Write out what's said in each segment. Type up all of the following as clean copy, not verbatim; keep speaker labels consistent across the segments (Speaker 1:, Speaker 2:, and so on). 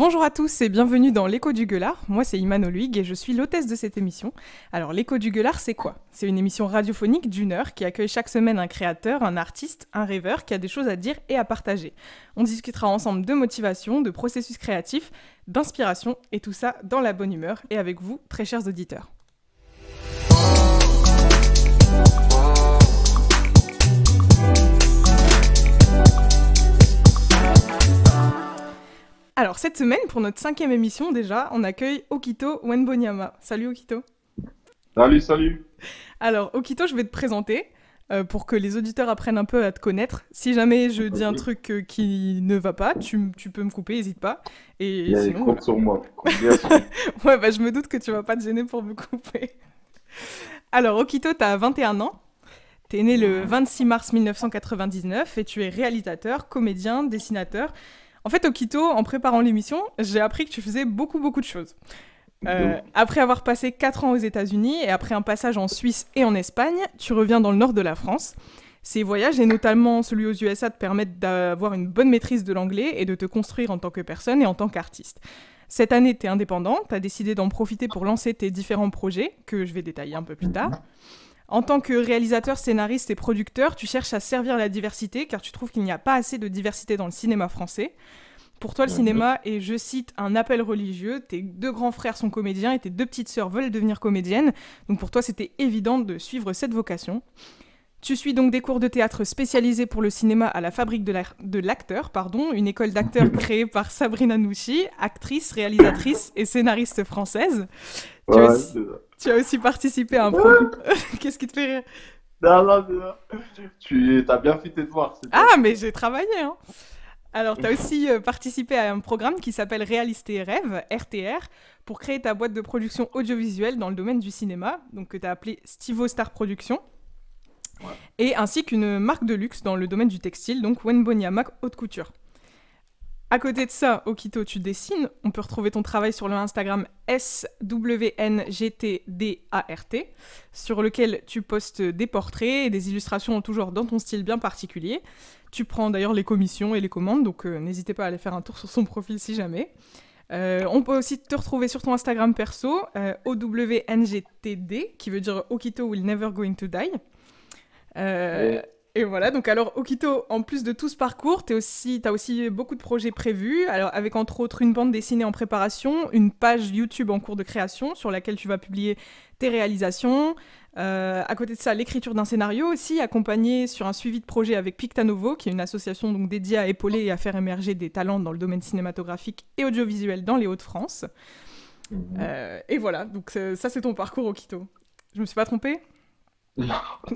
Speaker 1: Bonjour à tous et bienvenue dans l'Écho du Gueulard. Moi c'est Iman Oluig et je suis l'hôtesse de cette émission. Alors l'Écho du Gueulard c'est quoi? C'est une émission radiophonique d'une heure qui accueille chaque semaine un créateur, un artiste, un rêveur qui a des choses à dire et à partager. On discutera ensemble de motivation, de processus créatif, d'inspiration et tout ça dans la bonne humeur et avec vous, très chers auditeurs. Alors, cette semaine, pour notre 5e émission déjà, on accueille Okito Wenbonyama. Salut Okito.
Speaker 2: Salut.
Speaker 1: Alors, Okito, je vais te présenter pour que les auditeurs apprennent un peu à te connaître. Si jamais je dis un truc qui ne va pas, tu peux me couper, n'hésite pas. Et sinon,
Speaker 2: compte sur moi. Compte bien sur moi.
Speaker 1: Ouais, bah je me doute que tu vas pas te gêner pour me couper. Alors, Okito, t'as 21 ans. T'es né le 26 mars 1999 et tu es réalisateur, comédien, dessinateur. En fait, Okito, en préparant l'émission, j'ai appris que tu faisais beaucoup de choses. Après avoir passé 4 ans aux États-Unis et après un passage en Suisse et en Espagne, tu reviens dans le nord de la France. Ces voyages, et notamment celui aux USA, te permettent d'avoir une bonne maîtrise de l'anglais et de te construire en tant que personne et en tant qu'artiste. Cette année, tu es indépendant, tu as décidé d'en profiter pour lancer tes différents projets, que je vais détailler un peu plus tard. En tant que réalisateur, scénariste et producteur, tu cherches à servir la diversité car tu trouves qu'il n'y a pas assez de diversité dans le cinéma français. Pour toi, le cinéma est, je cite, un appel religieux. Tes 2 grands frères sont comédiens et tes 2 petites sœurs veulent devenir comédiennes. Donc pour toi, c'était évident de suivre cette vocation. Tu suis donc des cours de théâtre spécialisés pour le cinéma à la Fabrique de l'acteur, une école d'acteurs créée par Sabrina Nouchi, actrice, réalisatrice et scénariste française. Tu as aussi participé à un programme. Qu'est-ce qui te fait rire?
Speaker 2: Non. Tu as bien fait tes devoirs.
Speaker 1: Ah, mais j'ai travaillé, hein. Alors, tu as aussi participé à un programme qui s'appelle Réalister et Rêve, RTR, pour créer ta boîte de production audiovisuelle dans le domaine du cinéma, donc que tu as appelé Stivo Star Productions, et ainsi qu'une marque de luxe dans le domaine du textile, donc Wenbonyama Haute Couture. À côté de ça, Okito, tu dessines. On peut retrouver ton travail sur le Instagram SWNGTDART, sur lequel tu postes des portraits et des illustrations toujours dans ton style bien particulier. Tu prends d'ailleurs les commissions et les commandes, donc n'hésitez pas à aller faire un tour sur son profil si jamais. On peut aussi te retrouver sur ton Instagram perso, OWNGTD, qui veut dire Okito will never going to die. Et voilà, donc alors Okito, en plus de tout ce parcours, t'as aussi beaucoup de projets prévus, alors avec entre autres une bande dessinée en préparation, une page YouTube en cours de création sur laquelle tu vas publier tes réalisations. À côté de ça, l'écriture d'un scénario aussi, accompagné sur un suivi de projet avec Pictanovo, qui est une association donc dédiée à épauler et à faire émerger des talents dans le domaine cinématographique et audiovisuel dans les Hauts-de-France. Et voilà, donc ça c'est ton parcours Okito. Je me suis pas trompée?
Speaker 2: Non.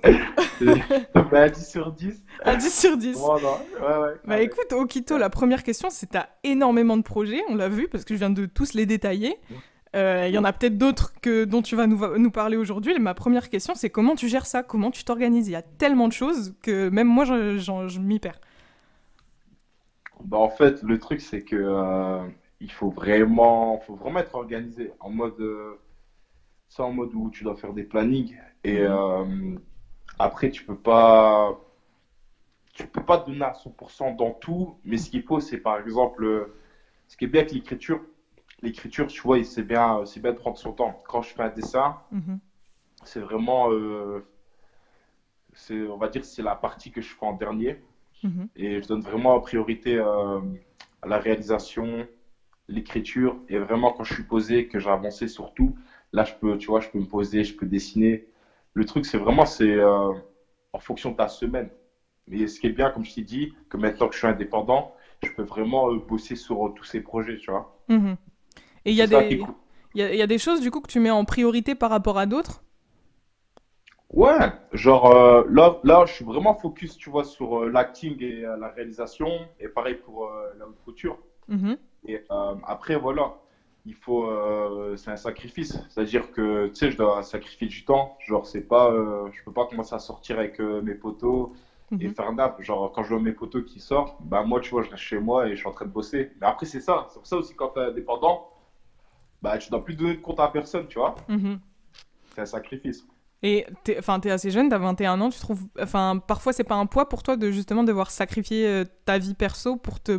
Speaker 2: À 10 sur 10.
Speaker 1: À 10 sur 10.
Speaker 2: Ouais.
Speaker 1: Bah écoute, Okito, la première question, c'est t'as énormément de projets, on l'a vu, parce que je viens de tous les détailler. Il y en a peut-être d'autres dont tu vas nous parler aujourd'hui. Ma première question, c'est comment tu gères ça? Comment tu t'organises? Il y a tellement de choses que même moi, je m'y perds.
Speaker 2: Bah, en fait, le truc, c'est que il faut vraiment être organisé. En mode où tu dois faire des plannings. Et après, tu peux pas te donner à 100% dans tout. Mais ce qu'il faut, c'est par exemple, ce qui est bien avec l'écriture, tu vois, c'est bien de prendre son temps. Quand je fais un dessin,
Speaker 1: Mhm.
Speaker 2: c'est vraiment, on va dire, c'est la partie que je fais en dernier.
Speaker 1: Mhm.
Speaker 2: Et je donne vraiment priorité à la réalisation, l'écriture. Et vraiment, quand je suis posé, que j'ai avancé sur tout, là, tu vois, je peux me poser, je peux dessiner. Le truc, c'est en fonction de ta semaine. Mais ce qui est bien, comme je t'ai dit, que maintenant que je suis indépendant, je peux vraiment bosser sur tous ces projets, tu vois.
Speaker 1: Mhm. Et
Speaker 2: C'est ça qui est cool.
Speaker 1: il y a des choses du coup que tu mets en priorité par rapport à d'autres?
Speaker 2: Ouais, genre là, je suis vraiment focus, tu vois, sur l'acting et la réalisation, et pareil pour la haute couture.
Speaker 1: Mhm.
Speaker 2: Et après, voilà, c'est un sacrifice, c'est-à-dire que, tu sais, je dois sacrifier du temps, genre, je peux pas commencer à sortir avec mes potos et
Speaker 1: Mhm.
Speaker 2: faire nappe, genre, quand je vois mes potos qui sortent, bah moi, tu vois, je reste chez moi et je suis en train de bosser. Mais après, c'est pour ça aussi, quand t'es indépendant, bah tu dois plus donner de compte à personne, tu vois,
Speaker 1: Mhm.
Speaker 2: c'est un sacrifice.
Speaker 1: Et t'es assez jeune, t'as 21 ans, tu trouves... Enfin, parfois c'est pas un poids pour toi de justement devoir sacrifier ta vie perso pour te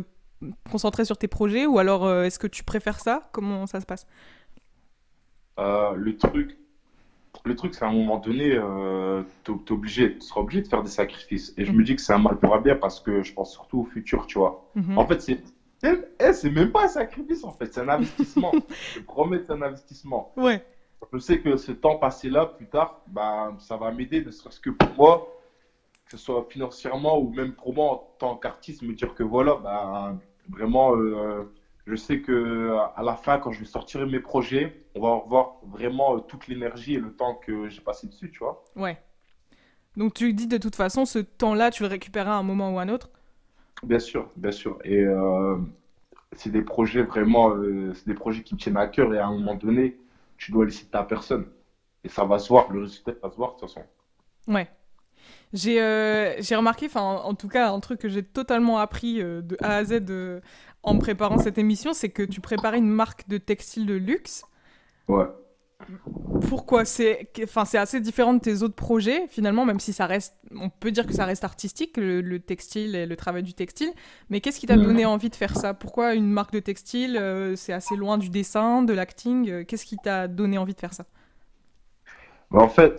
Speaker 1: concentrer sur tes projets ou alors est-ce que tu préfères ça? Comment ça se passe?
Speaker 2: Euh, le truc, le truc, c'est à un moment donné, tu seras obligé de faire des sacrifices. Et je me
Speaker 1: Mhm.
Speaker 2: dis que c'est un mal pour un bien parce que je pense surtout au futur, tu vois.
Speaker 1: Mhm.
Speaker 2: En fait, c'est même pas un sacrifice, en fait, c'est un investissement. Je te promets, c'est un investissement.
Speaker 1: Ouais,
Speaker 2: Je sais que ce temps passé là, plus tard, bah, ça va m'aider, ne serait-ce que pour moi, que ce soit financièrement ou même pour moi en tant qu'artiste, me dire que voilà, bah, vraiment, je sais que à la fin, quand je vais sortir mes projets, on va revoir vraiment toute l'énergie et le temps que j'ai passé dessus, tu vois.
Speaker 1: ouais. Donc tu dis de toute façon, ce temps-là, tu le récupéreras à un moment ou à un autre?
Speaker 2: Bien sûr, bien sûr. Et c'est des projets vraiment, c'est des projets qui me tiennent à cœur et à un moment donné, tu dois laisser ta personne. Et ça va se voir, le résultat va se voir de toute façon.
Speaker 1: Ouais. J'ai remarqué, enfin en tout cas un truc que j'ai totalement appris de A à Z en préparant cette émission, c'est que tu préparais une marque de textile de luxe.
Speaker 2: Ouais.
Speaker 1: Pourquoi? Enfin, c'est assez différent de tes autres projets finalement, même si ça reste, on peut dire que ça reste artistique, le textile et le travail du textile. Mais qu'est-ce qui t'a donné envie de faire ça? Pourquoi une marque de textile? C'est assez loin du dessin, de l'acting. Qu'est-ce qui t'a donné envie de faire ça?
Speaker 2: Mais en fait,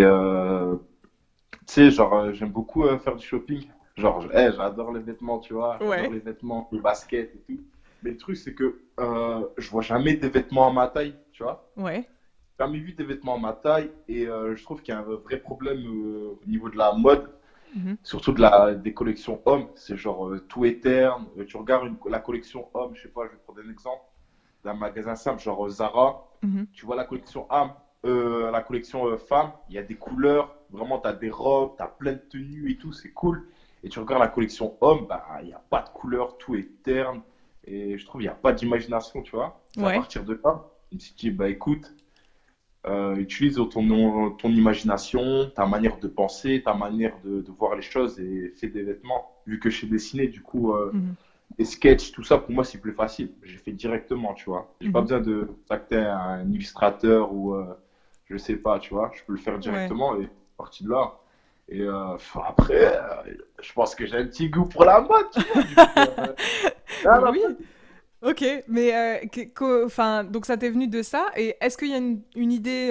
Speaker 2: tu sais, genre, j'aime beaucoup faire du shopping. Genre, j'adore les vêtements, tu vois. J'adore
Speaker 1: Ouais,
Speaker 2: les vêtements, les baskets et tout. Mais le truc, c'est que je vois jamais des vêtements à ma taille, tu vois.
Speaker 1: ouais.
Speaker 2: J'ai jamais vu des vêtements à ma taille et je trouve qu'il y a un vrai problème au niveau de la mode,
Speaker 1: Mhm,
Speaker 2: surtout des collections hommes. C'est genre tout est terne. Tu regardes la collection homme, je sais pas, je vais prendre un exemple d'un magasin simple, genre Zara.
Speaker 1: mhm.
Speaker 2: Tu vois la collection âme, la collection femme, il y a des couleurs, vraiment, tu as des robes, tu as plein de tenues et tout, c'est cool. Et tu regardes la collection homme, bah, il n'y a pas de couleurs, tout est terne. Et je trouve qu'il n'y a pas d'imagination, tu vois. C'est à
Speaker 1: Ouais.
Speaker 2: partir de là, je me suis dit, bah écoute, utilise ton imagination, ta manière de penser, ta manière de voir les choses et fais des vêtements. Vu que je sais dessiner, du coup,
Speaker 1: Mhm,
Speaker 2: les sketchs, tout ça, pour moi, c'est plus facile. J'ai fait directement, tu vois. J'ai pas
Speaker 1: mhm.
Speaker 2: besoin de contacter un illustrateur ou je sais pas, tu vois. Je peux le faire
Speaker 1: Ouais.
Speaker 2: directement et parti de là. Et après, je pense que j'ai un petit goût pour la mode, tu vois. Du coup, non, non,
Speaker 1: Oui. Ok, mais enfin, donc ça t'est venu de ça, et est-ce qu'il y a une idée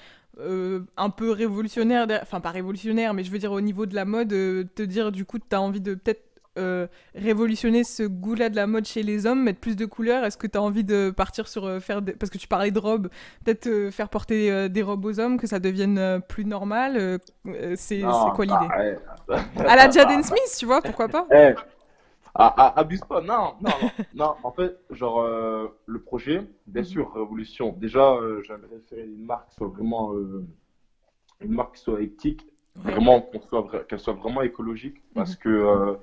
Speaker 1: un peu révolutionnaire, enfin pas révolutionnaire, mais je veux dire au niveau de la mode, te dire du coup t'as envie de peut-être révolutionner ce goût-là de la mode chez les hommes, mettre plus de couleurs, est-ce que t'as envie de partir sur parce que tu parlais de robes, peut-être faire porter des robes aux hommes, que ça devienne plus normal, c'est
Speaker 2: non,
Speaker 1: quoi l'idée?
Speaker 2: arrête.
Speaker 1: À la Jaden Smith, tu vois, pourquoi pas?
Speaker 2: Eh, abuse pas, non, non, non, non. En fait, genre, le projet, bien
Speaker 1: Mhm.
Speaker 2: sûr, Révolution. Déjà, j'aimerais faire une marque qui soit vraiment une marque qui soit éthique,
Speaker 1: Ouais.
Speaker 2: vraiment qu'elle soit vraiment écologique, parce
Speaker 1: Mhm.
Speaker 2: que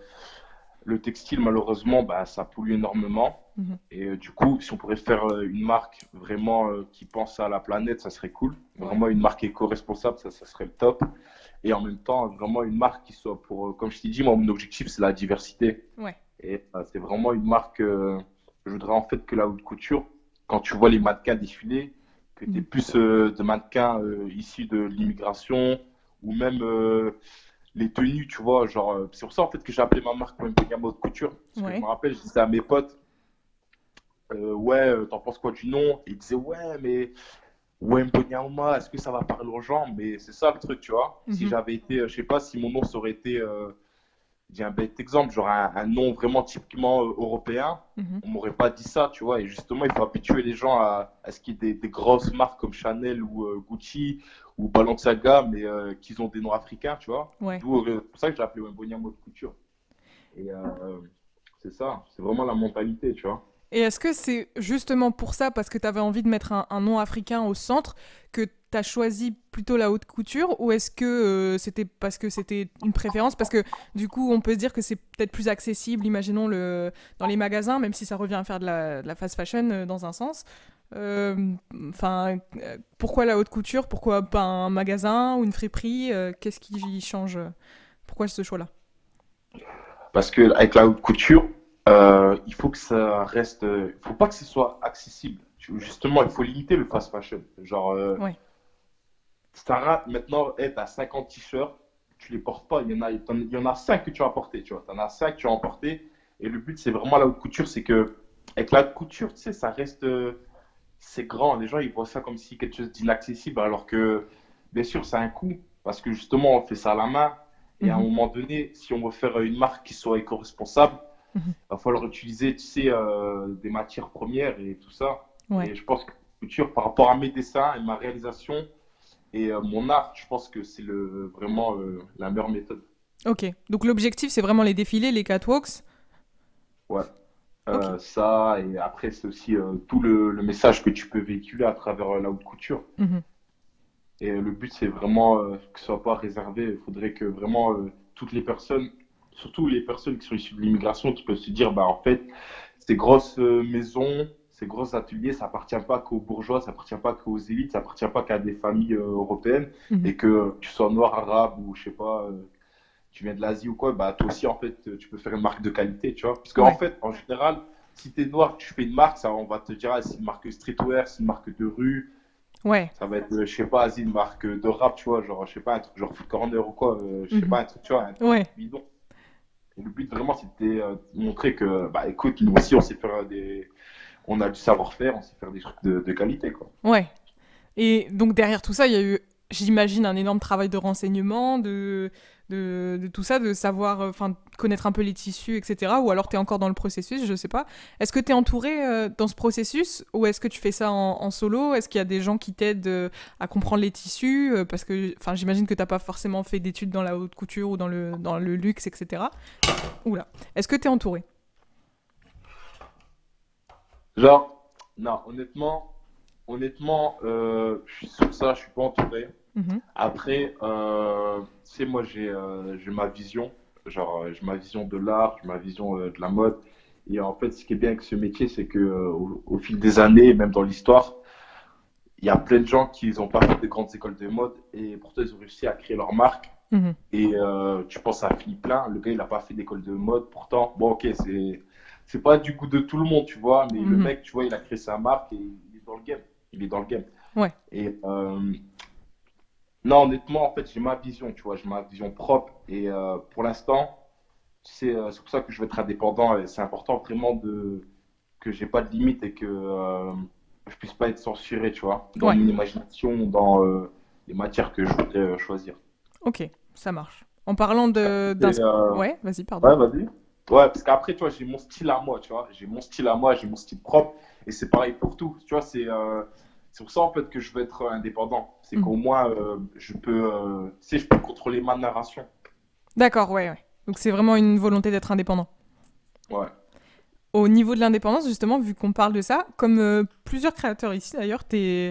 Speaker 2: le textile, malheureusement, bah, ça pollue énormément.
Speaker 1: Mhm.
Speaker 2: Et du coup, si on pourrait faire une marque vraiment qui pense à la planète, ça serait cool.
Speaker 1: Ouais.
Speaker 2: Vraiment une marque éco-responsable, ça serait le top. Et en même temps, vraiment une marque qui soit pour, comme je t'ai dit, moi, mon objectif, c'est la diversité.
Speaker 1: Ouais.
Speaker 2: Et c'est vraiment une marque, je voudrais en fait que la haute couture, quand tu vois les mannequins défiler, que tu aies
Speaker 1: Mhm.
Speaker 2: plus de mannequins issus de l'immigration ou même les tenues, tu vois. Genre, c'est pour ça en fait que j'ai appelé ma marque Wembenyama Haute Couture. Parce que je me
Speaker 1: Ouais.
Speaker 2: rappelle, je disais à mes potes, ouais, t'en penses quoi du nom? Et ils disaient, ouais, mais Wembenyama, est-ce que ça va parler aux gens? Mais c'est ça le truc, tu vois. Si
Speaker 1: Mhm.
Speaker 2: j'avais été, je sais pas si mon nom ça aurait été j'ai un bête exemple, genre un nom vraiment typiquement européen,
Speaker 1: Mhm.
Speaker 2: on m'aurait pas dit ça, tu vois. Et justement, il faut habituer les gens à ce qu'il y ait des grosses marques comme Chanel ou Gucci ou Balenciaga, mais qu'ils ont des noms africains, tu vois.
Speaker 1: Ouais.
Speaker 2: D'où c'est pour ça que j'ai appelé Wembonia mode couture. Et c'est ça, c'est vraiment la mentalité, tu vois.
Speaker 1: Et est-ce que c'est justement pour ça, parce que tu avais envie de mettre un nom africain au centre, que tu as choisi plutôt la haute couture, ou est-ce que c'était parce que c'était une préférence? Parce que du coup, on peut se dire que c'est peut-être plus accessible, imaginons, dans les magasins, même si ça revient à faire de la fast fashion dans un sens. Enfin, pourquoi la haute couture? Pourquoi pas un magasin ou une friperie? Qu'est-ce qui change? Pourquoi ce choix-là?
Speaker 2: Parce que avec la haute couture, il faut que ça reste, il faut pas que ce soit accessible. Justement, il faut limiter le fast fashion. Genre,
Speaker 1: Ouais.
Speaker 2: Sarah, maintenant, hey, t'as 50 t-shirts, tu les portes pas. Il y en a 5 que tu as portés, tu vois. T'en as 5 que tu as emportés. Et le but, c'est vraiment la haute couture, c'est que avec la haute couture, tu sais, ça reste, c'est grand. Les gens, ils voient ça comme si quelque chose d'inaccessible, alors que, bien sûr, ça a un coût, parce que justement, on fait ça à la main. Et à un
Speaker 1: Mhm,
Speaker 2: moment donné, si on veut faire une marque qui soit éco-responsable,
Speaker 1: mhm.
Speaker 2: il va falloir utiliser, tu sais, des matières premières et tout ça.
Speaker 1: Ouais.
Speaker 2: Et je pense que la couture, par rapport à mes dessins et ma réalisation et mon art, je pense que c'est vraiment la meilleure méthode.
Speaker 1: Ok. Donc l'objectif, c'est vraiment les défilés, les catwalks.
Speaker 2: Ouais.
Speaker 1: Ok.
Speaker 2: Ça, et après, c'est aussi tout le message que tu peux véhiculer à travers la haute couture.
Speaker 1: Mhm.
Speaker 2: Et le but, c'est vraiment que ce soit pas réservé. Il faudrait que vraiment toutes les personnes, surtout les personnes qui sont issues de l'immigration, qui peuvent se dire, bah, en fait, ces grosses maisons, ces gros ateliers, ça appartient pas qu'aux bourgeois, ça appartient pas qu'aux élites, ça appartient pas qu'à des familles européennes.
Speaker 1: Mhm.
Speaker 2: Et que tu sois noir, arabe ou je sais pas, tu viens de l'Asie ou quoi, bah, toi aussi, en fait, tu peux faire une marque de qualité, tu vois. Parce qu'en
Speaker 1: Ouais.
Speaker 2: fait, en général, si tu es noir, tu fais une marque, ça, on va te dire, ah, c'est une marque streetwear, c'est une marque de rue,
Speaker 1: Ouais.
Speaker 2: ça va être, je sais pas, vas-y, une marque de rap, tu vois, genre, je sais pas, un truc genre Foot Corner ou quoi, je sais
Speaker 1: Mhm.
Speaker 2: pas, un truc, tu vois, un truc
Speaker 1: Ouais.
Speaker 2: bidon. Et le but vraiment, c'était de montrer que, bah écoute, nous aussi, on sait faire on a du savoir-faire, on sait faire des trucs de qualité, quoi.
Speaker 1: Ouais. Et donc derrière tout ça, il y a eu, j'imagine, un énorme travail de renseignement, de tout ça, de savoir, enfin, connaître un peu les tissus, etc. Ou alors tu es encore dans le processus, je sais pas. Est-ce que tu es entouré dans ce processus ou est-ce que tu fais ça en solo? Est-ce qu'il y a des gens qui t'aident à comprendre les tissus? Parce que, enfin, j'imagine que t'as pas forcément fait d'études dans la haute couture ou dans le luxe, etc. Oula. Est-ce que tu es entouré?
Speaker 2: Genre, non, honnêtement, je suis sur ça, je suis pas entouré.
Speaker 1: Mhm.
Speaker 2: Après, tu sais, moi, j'ai ma vision. Genre, j'ai ma vision de l'art, j'ai ma vision de la mode. Et en fait, ce qui est bien avec ce métier, c'est que au fil des années, même dans l'histoire, il y a plein de gens qui n'ont pas fait de grandes écoles de mode et pourtant ils ont réussi à créer leur marque.
Speaker 1: Mhm.
Speaker 2: Et tu penses à Philippe Plein, le gars, il n'a pas fait d'école de mode. Pourtant, bon, ok, c'est pas du goût de tout le monde, tu vois, mais le
Speaker 1: Mhm.
Speaker 2: mec, tu vois, il a créé sa marque et il est dans le game. Il est dans le game.
Speaker 1: Ouais.
Speaker 2: Et non, honnêtement, en fait, j'ai ma vision, tu vois, j'ai ma vision propre. Et pour l'instant, c'est pour ça que je veux être indépendant. Et c'est important vraiment que j'ai pas de limite et que je puisse pas être censuré, tu vois, dans
Speaker 1: Ouais.
Speaker 2: mon imagination, dans les matières que je voudrais choisir.
Speaker 1: Ok, ça marche. En parlant
Speaker 2: Et,
Speaker 1: Ouais, vas-y, pardon.
Speaker 2: ouais, vas-y. Ouais, parce qu'après, tu vois, j'ai mon style à moi, tu vois. J'ai mon style à moi, j'ai mon style propre. Et c'est pareil pour tout. Tu vois, c'est pour ça, en fait, que je veux être indépendant. C'est
Speaker 1: Mhm.
Speaker 2: qu'au moins, je peux, tu sais, je peux contrôler ma narration.
Speaker 1: D'accord, ouais, ouais. Donc c'est vraiment une volonté d'être indépendant.
Speaker 2: Ouais.
Speaker 1: Au niveau de l'indépendance, justement, vu qu'on parle de ça, comme plusieurs créateurs ici d'ailleurs,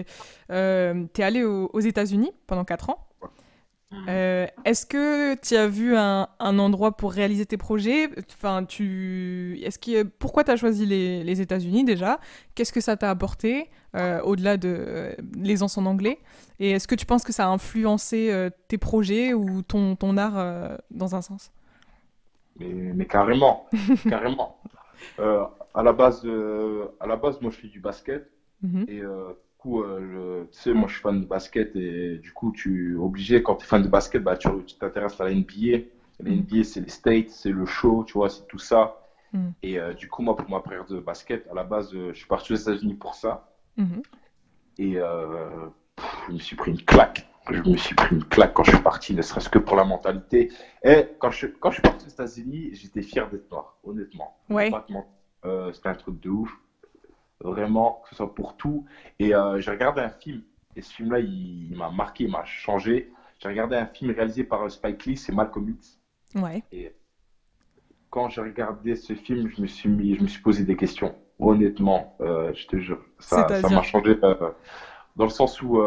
Speaker 1: t'es allé aux États-Unis pendant 4 ans. Est-ce que tu as vu un endroit pour réaliser tes projets? Enfin, pourquoi tu as choisi les États-Unis déjà? Qu'est-ce que ça t'a apporté au-delà de l'aisance en anglais? Et est-ce que tu penses que ça a influencé tes projets ou ton art dans un sens?
Speaker 2: Mais carrément. Carrément. Euh, à la base, moi, je fais du basket.
Speaker 1: Mhm.
Speaker 2: Et du coup, tu sais, moi, je suis fan de basket. Et du coup, tu es obligé, quand tu es fan de basket, bah, tu t'intéresses à la NBA. La
Speaker 1: Mhm.
Speaker 2: NBA, c'est les States, c'est le show, tu vois, c'est tout ça.
Speaker 1: Mhm.
Speaker 2: Et du coup, moi, pour ma période de basket, à la base, je suis parti aux États-Unis pour ça.
Speaker 1: Mhm.
Speaker 2: Et je me suis pris une claque. Je me suis pris une claque quand je suis parti, ne serait-ce que pour la mentalité. Et quand je suis parti aux États-Unis, j'étais fier d'être noir, honnêtement. Je vais
Speaker 1: Ouais.
Speaker 2: pas te mentir. C'était un truc de ouf, vraiment, que ce soit pour tout. Et j'ai regardé un film, et ce film-là, il m'a marqué, il m'a changé. J'ai regardé un film réalisé par Spike Lee, c'est Malcolm X.
Speaker 1: Ouais.
Speaker 2: Et quand j'ai regardé ce film, je me suis posé des questions. Honnêtement, je te jure, ça m'a
Speaker 1: C'est-à-dire.
Speaker 2: changé dans le sens où,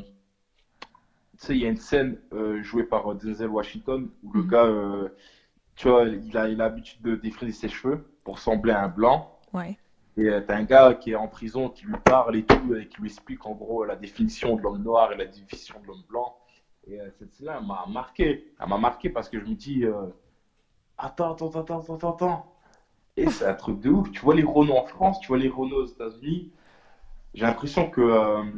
Speaker 2: tu sais, il y a une scène jouée par Denzel Washington où le
Speaker 1: Mhm.
Speaker 2: gars, tu vois, il a l'habitude de défriser ses cheveux pour sembler un blanc.
Speaker 1: Ouais.
Speaker 2: Et t'as un gars qui est en prison qui lui parle et tout, et qui lui explique en gros la définition de l'homme noir et la définition de l'homme blanc. Et cette scène-là, elle m'a marqué. Elle m'a marqué parce que je me dis, attends, attends, attends, attends, attends, attends. Et c'est un truc de ouf. Tu vois les Renault en France, tu vois les Renault aux États-Unis. J'ai l'impression que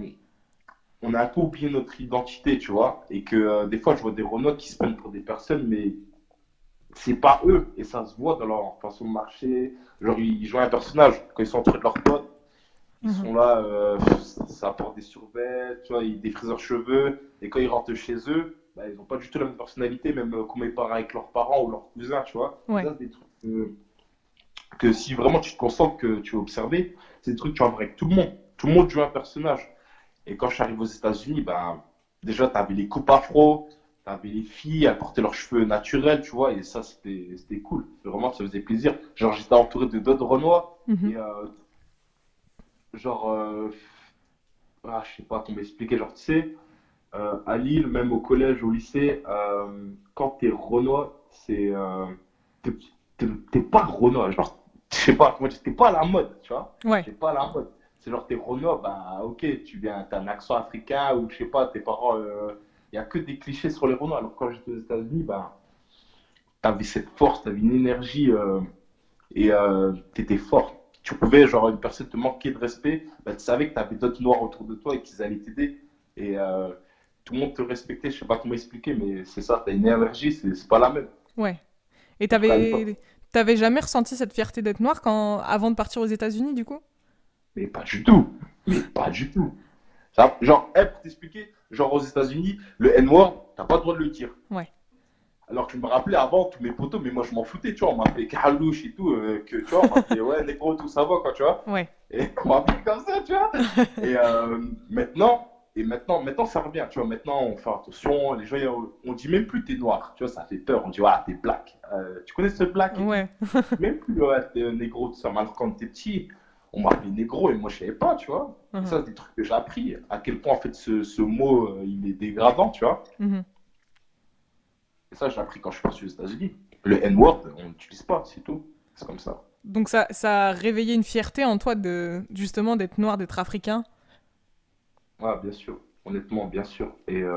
Speaker 2: on a un peu oublié notre identité, tu vois. Et que des fois, je vois des Renault qui se prennent pour des personnes, mais c'est pas eux. Et ça se voit dans leur façon de marcher. Genre, ils jouent un personnage. Quand ils sont entourés de leurs potes, ils
Speaker 1: Mhm.
Speaker 2: sont là, ça porte des survêtements, tu vois, ils défrisent leurs cheveux. Et quand ils rentrent chez eux, bah, ils n'ont pas du tout la même personnalité, même comment ils parlent avec leurs parents ou leurs cousins, tu vois. Et
Speaker 1: Ouais.
Speaker 2: ça, c'est des trucs que si vraiment tu te concentres, que tu vas observer, c'est des trucs que tu vas voir avec tout le monde. Tout le monde joue un personnage. Et quand je suis arrivé aux États-Unis, ben, déjà, tu avais les coupes afro, tu avais les filles, elles portaient leurs cheveux naturels, tu vois, et ça, c'était cool. Vraiment, ça faisait plaisir. Genre, j'étais entouré de d'autres Renois,
Speaker 1: Mhm.
Speaker 2: et genre, je sais pas comment expliquer, genre, tu sais, à Lille, même au collège, au lycée, quand t'es Renoir, t'es t'es pas Renoir, genre, je sais pas comment dire, t'es pas à la mode, tu vois,
Speaker 1: Ouais.
Speaker 2: t'es pas à la mode. C'est genre, t'es Renoir, bah ok, t'as un accent africain, ou je sais pas, tes parents, il y a que des clichés sur les Renois. Alors quand j'étais aux États-Unis, bah, t'avais cette force, t'avais une énergie, et t'étais fort. Tu pouvais, genre, une personne te manquer de respect, bah, tu savais que t'avais d'autres noirs autour de toi et qu'ils allaient t'aider. Et tout le monde te respectait, je sais pas comment expliquer, mais c'est ça, t'as une énergie, c'est pas la même.
Speaker 1: Ouais. Et
Speaker 2: En tout cas à l'époque.
Speaker 1: t'avais jamais ressenti cette fierté d'être noir avant de partir aux États-Unis, du coup?
Speaker 2: Mais pas du tout. Mais pas du tout. Ça, genre, pour t'expliquer, genre aux États-Unis, le N-word, t'as pas le droit de le dire.
Speaker 1: Ouais.
Speaker 2: Alors que je me rappelais avant, tous mes potos, mais moi je m'en foutais, tu vois, on m'appelait Carlouche et tout, que tu vois, on m'appelait ouais, négro, tout ça va, quoi, tu vois.
Speaker 1: Ouais.
Speaker 2: Et on m'appelait comme ça, tu vois. Et maintenant, ça revient, tu vois. Maintenant, on fait attention, les gens, on dit même plus t'es noir, tu vois, ça fait peur, on dit, ouais, t'es black. Tu connais ce black et tout?
Speaker 1: Ouais.
Speaker 2: On dit même plus, ouais, t'es un négro, tout ça. Maintenant, quand t'es petit, on m'appelait négro et moi je savais pas, tu vois. Et
Speaker 1: Mhm.
Speaker 2: ça, c'est des trucs que j'ai appris, à quel point, en fait, ce mot, il est dégradant, tu vois.
Speaker 1: Mhm.
Speaker 2: Et ça, j'ai appris quand je suis parti aux États-Unis. Le N-word, on n'utilise pas, c'est tout. C'est comme ça.
Speaker 1: Donc ça a réveillé une fierté en toi de justement d'être noir, d'être africain.
Speaker 2: Ouais, bien sûr. Honnêtement, bien sûr.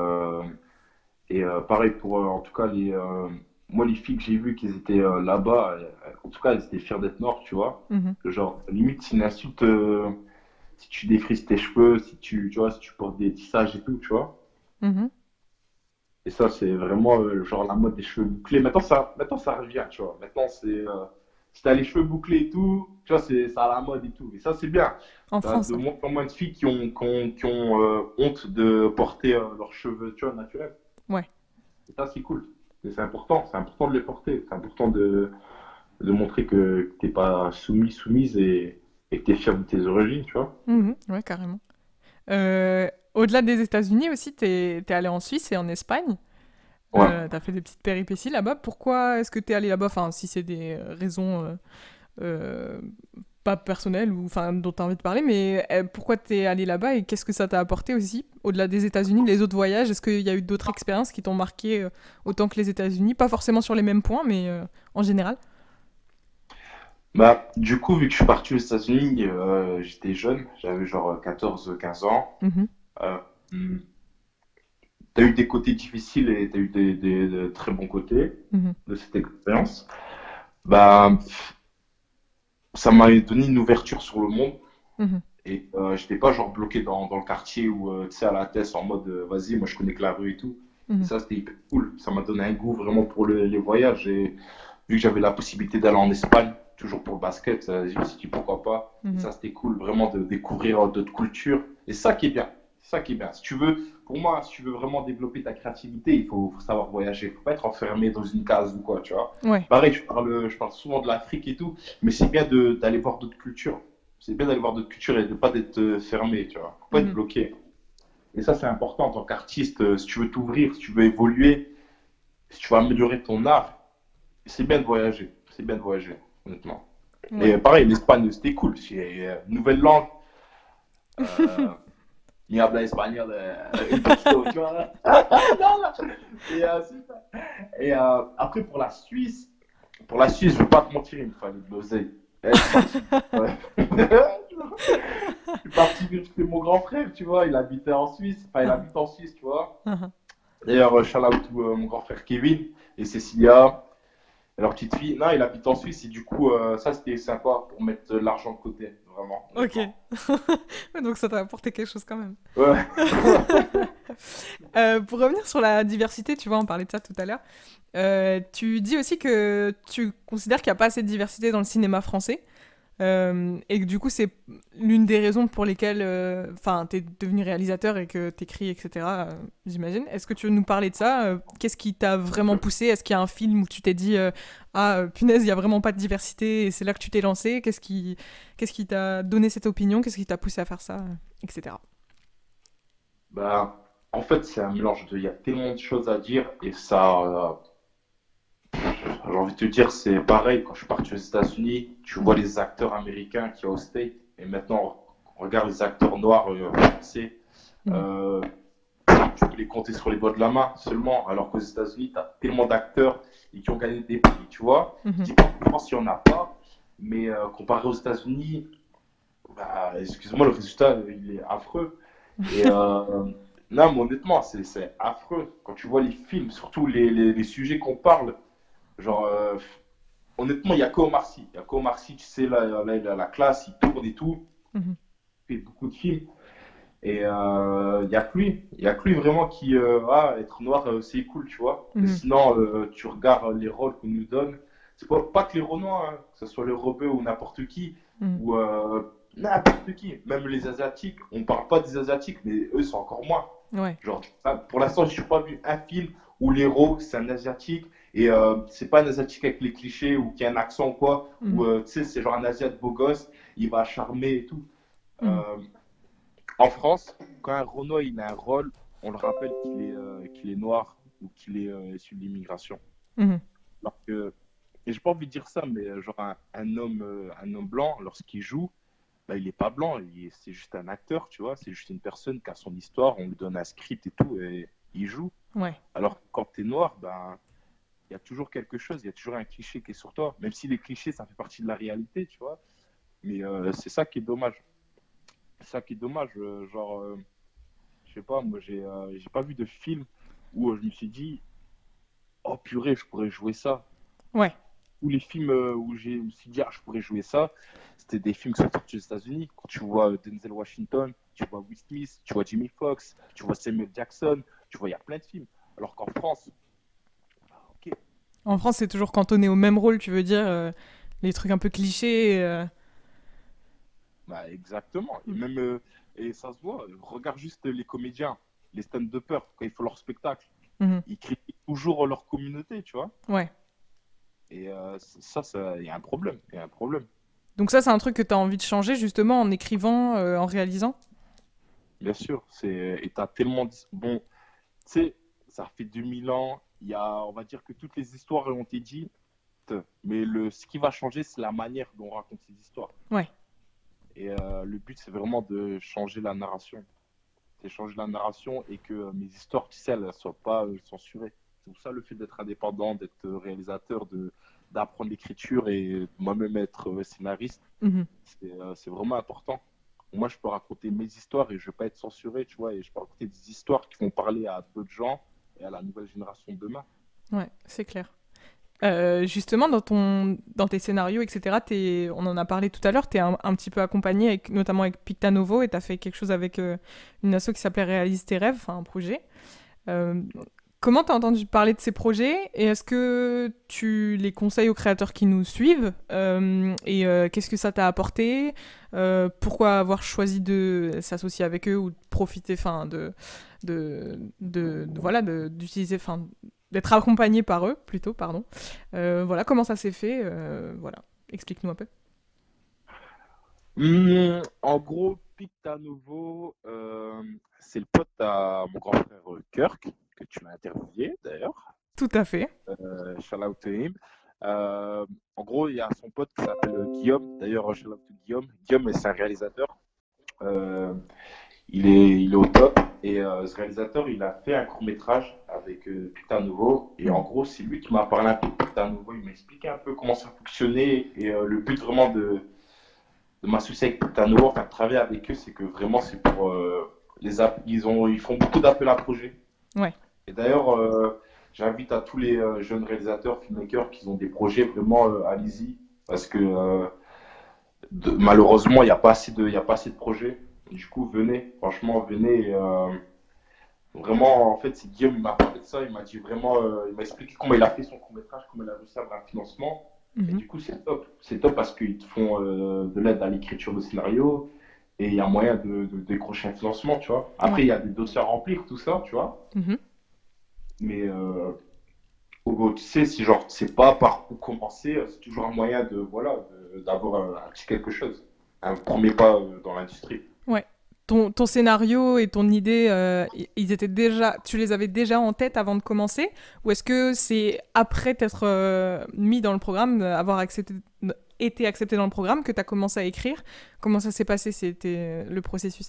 Speaker 2: Et pareil pour, en tout cas, moi, les filles que j'ai vues qui étaient là-bas, en tout cas, elles étaient fières d'être noires, tu vois.
Speaker 1: Mhm.
Speaker 2: Genre, limite, c'est une insulte si tu défrises tes cheveux, tu vois, si tu portes des tissages et tout, tu vois.
Speaker 1: Mhm.
Speaker 2: Et ça, c'est vraiment genre la mode des cheveux bouclés. Maintenant, ça revient, tu vois. Maintenant, si t'as les cheveux bouclés et tout, tu vois, c'est ça à la mode et tout. Et ça, c'est bien.
Speaker 1: En
Speaker 2: T'as
Speaker 1: France,
Speaker 2: de
Speaker 1: ouais.
Speaker 2: moins en moins de filles qui ont honte de porter leurs cheveux, tu vois, naturels.
Speaker 1: Ouais.
Speaker 2: Et ça, c'est cool. Et c'est important. C'est important de les porter. C'est important de montrer que t'es pas soumise et que t'es fier de tes origines, tu vois.
Speaker 1: Mhm. Ouais, carrément. Au-delà des États-Unis aussi, t'es allé en Suisse et en Espagne.
Speaker 2: Ouais.
Speaker 1: T'as fait des petites péripéties là-bas. Pourquoi est-ce que t'es allé là-bas? Enfin, si c'est des raisons euh, pas personnelles ou enfin dont t'as envie de parler, mais pourquoi t'es allé là-bas et qu'est-ce que ça t'a apporté aussi au-delà des États-Unis, les autres voyages? Est-ce qu'il y a eu d'autres expériences qui t'ont marqué autant que les États-Unis? Pas forcément sur les mêmes points, mais en général.
Speaker 2: Bah, du coup, vu que je suis parti aux États-Unis, j'étais jeune, j'avais genre 14 15 ans.
Speaker 1: Mhm.
Speaker 2: Euh, hmm, T'as eu des côtés difficiles et t'as eu des très bons côtés
Speaker 1: Mhm.
Speaker 2: de cette expérience. Bah, ça m'a donné une ouverture sur le monde
Speaker 1: Mhm.
Speaker 2: et j'étais pas genre bloqué dans le quartier ou tu sais à la tête en mode vas-y, moi je connais que la rue et tout. Et
Speaker 1: Mhm.
Speaker 2: ça, c'était hyper cool. Ça m'a donné un goût vraiment pour les voyages et vu que j'avais la possibilité d'aller en Espagne, toujours pour le basket, je me suis dit pourquoi pas. Et
Speaker 1: Mhm.
Speaker 2: ça, c'était cool vraiment de découvrir d'autres cultures. Et ça qui est bien. C'est ça qui est bien. Si tu veux, pour moi, si tu veux vraiment développer ta créativité, il faut savoir voyager. Il faut pas être enfermé dans une case ou quoi, tu vois.
Speaker 1: Ouais.
Speaker 2: Pareil, je parle souvent de l'Afrique et tout, mais c'est bien d'aller voir d'autres cultures. C'est bien d'aller voir d'autres cultures et de pas d'être fermé, tu vois. Faut pas être
Speaker 1: Mhm.
Speaker 2: bloqué. Et ça, c'est important en tant qu'artiste. Si tu veux t'ouvrir, si tu veux évoluer, si tu veux améliorer ton art, c'est bien de voyager. C'est bien de voyager, honnêtement. Et
Speaker 1: Ouais.
Speaker 2: pareil, l'Espagne, c'était cool. C'est une nouvelle langue. Ni habla espagnol, un poquito, tu vois. Non, là. C'est ça. Et après, pour la Suisse, je vais pas te mentir, il me fallait de l'oseille. Je suis parti. Ouais. Je suis parti visiter mon grand frère, tu vois. Il habitait en Suisse. Enfin, il
Speaker 1: Mhm.
Speaker 2: habite en Suisse, tu vois.
Speaker 1: Mhm.
Speaker 2: D'ailleurs, shout out to mon grand frère Kevin et Cecilia. Et leur petite fille, non, il habite en Suisse et du coup, ça c'était sympa pour mettre de l'argent de côté, vraiment,
Speaker 1: Ok.
Speaker 2: honnêtement.
Speaker 1: Donc ça t'a apporté quelque chose quand même.
Speaker 2: Ouais.
Speaker 1: Pour revenir sur la diversité, tu vois, on parlait de ça tout à l'heure. Tu dis aussi que tu considères qu'il n'y a pas assez de diversité dans le cinéma français. Et que du coup, c'est l'une des raisons pour lesquelles tu es devenu réalisateur et que tu écris, etc. J'imagine. Est-ce que tu veux nous parler de ça? Qu'est-ce qui t'a vraiment poussé? Est-ce qu'il y a un film où tu t'es dit ah, punaise, il n'y a vraiment pas de diversité et c'est là que tu t'es lancé? Qu'est-ce qui t'a donné cette opinion? Qu'est-ce qui t'a poussé à faire ça? Etc.
Speaker 2: Bah, en fait, c'est un mélange de. Il y a tellement de choses à dire et ça. J'ai envie de te dire, c'est pareil. Quand je suis parti aux États-Unis, tu vois les acteurs américains qui y a au State et maintenant, on regarde les acteurs noirs français.
Speaker 1: Mhm.
Speaker 2: Euh, Tu peux les compter sur les doigts de la main seulement, alors qu'aux États-Unis, tu as tellement d'acteurs et qui ont gagné des prix, tu vois. Je
Speaker 1: Mhm.
Speaker 2: dis pas qu'en France, il n'y en a pas, mais comparé aux États-Unis, bah, excuse-moi, le résultat, il est affreux. Et non, mais honnêtement, c'est affreux. Quand tu vois les films, surtout les sujets qu'on parle, genre, honnêtement, il n'y a qu'Omar Sy. Il y a qu'Omar Sy, tu sais, là, il a la classe, il tourne et tout,
Speaker 1: Mhm.
Speaker 2: il fait beaucoup de films. Et il n'y a que lui. Il y a que lui vraiment qui. Être noir, c'est cool, tu vois. Mais
Speaker 1: Mhm.
Speaker 2: sinon, tu regardes les rôles qu'on nous donne. C'est pas que les Renois, hein, que ce soit le Rebeu ou n'importe qui,
Speaker 1: Mhm.
Speaker 2: ou n'importe qui. Même les Asiatiques. On ne parle pas des Asiatiques, mais eux, c'est encore moins.
Speaker 1: Ouais.
Speaker 2: Genre, pour l'instant, je n'ai pas vu un film où l'héros, c'est un Asiatique. Et c'est pas un Asiatique avec les clichés ou qui a un accent ou quoi. Ou
Speaker 1: Mhm.
Speaker 2: tu sais, c'est genre un Asiat beau gosse, il va charmer et tout.
Speaker 1: Mhm.
Speaker 2: Euh, En France, quand un Renoir il a un rôle, on le rappelle qu'il est noir ou qu'il est issu de l'immigration.
Speaker 1: Mhm.
Speaker 2: Alors que, et j'ai pas envie de dire ça, mais genre un homme blanc, lorsqu'il joue, bah, il est pas blanc, c'est juste un acteur, tu vois, c'est juste une personne qui a son histoire, on lui donne un script et tout, et il joue.
Speaker 1: Ouais.
Speaker 2: Alors que quand tu es noir, ben, il y a toujours quelque chose, il y a toujours un cliché qui est sur toi, même si les clichés, ça fait partie de la réalité, tu vois. Mais c'est ça qui est dommage. C'est ça qui est dommage, je sais pas, moi j'ai pas vu de film où je me suis dit, oh purée, je pourrais jouer ça.
Speaker 1: Ouais.
Speaker 2: Tous les films où je me suis dit, ah, je pourrais jouer ça, c'était des films qui sont sortis aux États-Unis. Quand tu vois Denzel Washington, tu vois Will Smith, tu vois Jimmy Foxx, tu vois Samuel Jackson, tu vois, il y a plein de films. Alors qu'en France, ok,
Speaker 1: En France, c'est toujours cantonné au même rôle, tu veux dire, les trucs un peu clichés.
Speaker 2: bah exactement. Et même, et ça se voit, regarde juste les comédiens, les stand-uppers, quand ils font leur spectacle,
Speaker 1: Mhm.
Speaker 2: ils critiquent toujours leur communauté, tu vois.
Speaker 1: Ouais.
Speaker 2: Et il y a un problème, il y a un problème.
Speaker 1: Donc ça, c'est un truc que tu as envie de changer justement en écrivant, en réalisant.
Speaker 2: Bien sûr, et t'as tellement bon, tu sais, ça fait 2000 ans, il y a, on va dire que toutes les histoires ont été dites, mais ce qui va changer, c'est la manière dont on raconte ces histoires.
Speaker 1: Ouais.
Speaker 2: Et le but, c'est vraiment de changer la narration. C'est changer la narration et que mes histoires, tu sais, elles ne soient pas censurées. C'est pour ça le fait d'être indépendant, d'être réalisateur, d'apprendre l'écriture et moi-même être scénariste,
Speaker 1: Mhm.
Speaker 2: c'est vraiment important. Moi, je peux raconter mes histoires et je ne vais pas être censuré, tu vois, et je peux raconter des histoires qui vont parler à d'autres gens et à la nouvelle génération de demain.
Speaker 1: Ouais, c'est clair. Justement, dans tes scénarios, etc., on en a parlé tout à l'heure, tu es un petit peu accompagné, notamment avec Pictanovo, et tu as fait quelque chose avec une asso qui s'appelait Réalise tes rêves, enfin un projet. Euh, Comment tu as entendu parler de ces projets et est-ce que tu les conseilles aux créateurs qui nous suivent et qu'est-ce que ça t'a apporté pourquoi avoir choisi de s'associer avec eux ou de profiter enfin voilà d'utiliser enfin d'être accompagné par eux plutôt pardon. Voilà comment ça s'est fait voilà explique-nous un peu.
Speaker 2: En gros, Picta Novo, c'est le pote à mon grand frère Kirk, que tu m'as interviewé d'ailleurs.
Speaker 1: Tout à fait.
Speaker 2: Shout out to him. Euh, En gros, il y a son pote qui s'appelle Guillaume. D'ailleurs, shout out to Guillaume. Guillaume, c'est un réalisateur. Euh, il est au top. Et ce réalisateur, il a fait un court-métrage avec Picta Novo. Et en
Speaker 1: Mhm.
Speaker 2: gros, c'est lui qui m'a parlé un peu de Picta Novo. Il m'a expliqué un peu comment ça fonctionnait. Et le but vraiment de m'associer avec Picta Novo, enfin de travailler avec eux, c'est que vraiment, c'est pour ils font beaucoup d'appels à projets.
Speaker 1: Ouais.
Speaker 2: Et d'ailleurs, j'invite à tous les jeunes réalisateurs, filmmakers qui ont des projets, vraiment, allez-y. Parce que malheureusement, il n'y a pas assez de projets. Du coup, venez, franchement, venez. Vraiment, en fait, c'est Guillaume, il m'a parlé de ça, il m'a dit vraiment, il m'a expliqué comment il a fait son court-métrage, comment il a réussi à avoir un financement. Et
Speaker 1: Mhm.
Speaker 2: du coup, c'est top. C'est top parce qu'ils te font de l'aide à l'écriture de scénario et il y a moyen de décrocher un financement, tu vois. Après,
Speaker 1: Ouais.
Speaker 2: il y a des dossiers à remplir, tout ça, tu vois.
Speaker 1: Mhm.
Speaker 2: Mais tu sais, si genre, c'est pas par où commencer, c'est toujours un moyen de, voilà, d'avoir un petit quelque chose. Un premier pas dans l'industrie.
Speaker 1: Ouais. Ton scénario et ton idée, ils étaient déjà, tu les avais déjà en tête avant de commencer? Ou est-ce que c'est après t'être mis dans le programme, avoir été accepté dans le programme, que tu as commencé à écrire? Comment ça s'est passé? C'était le processus.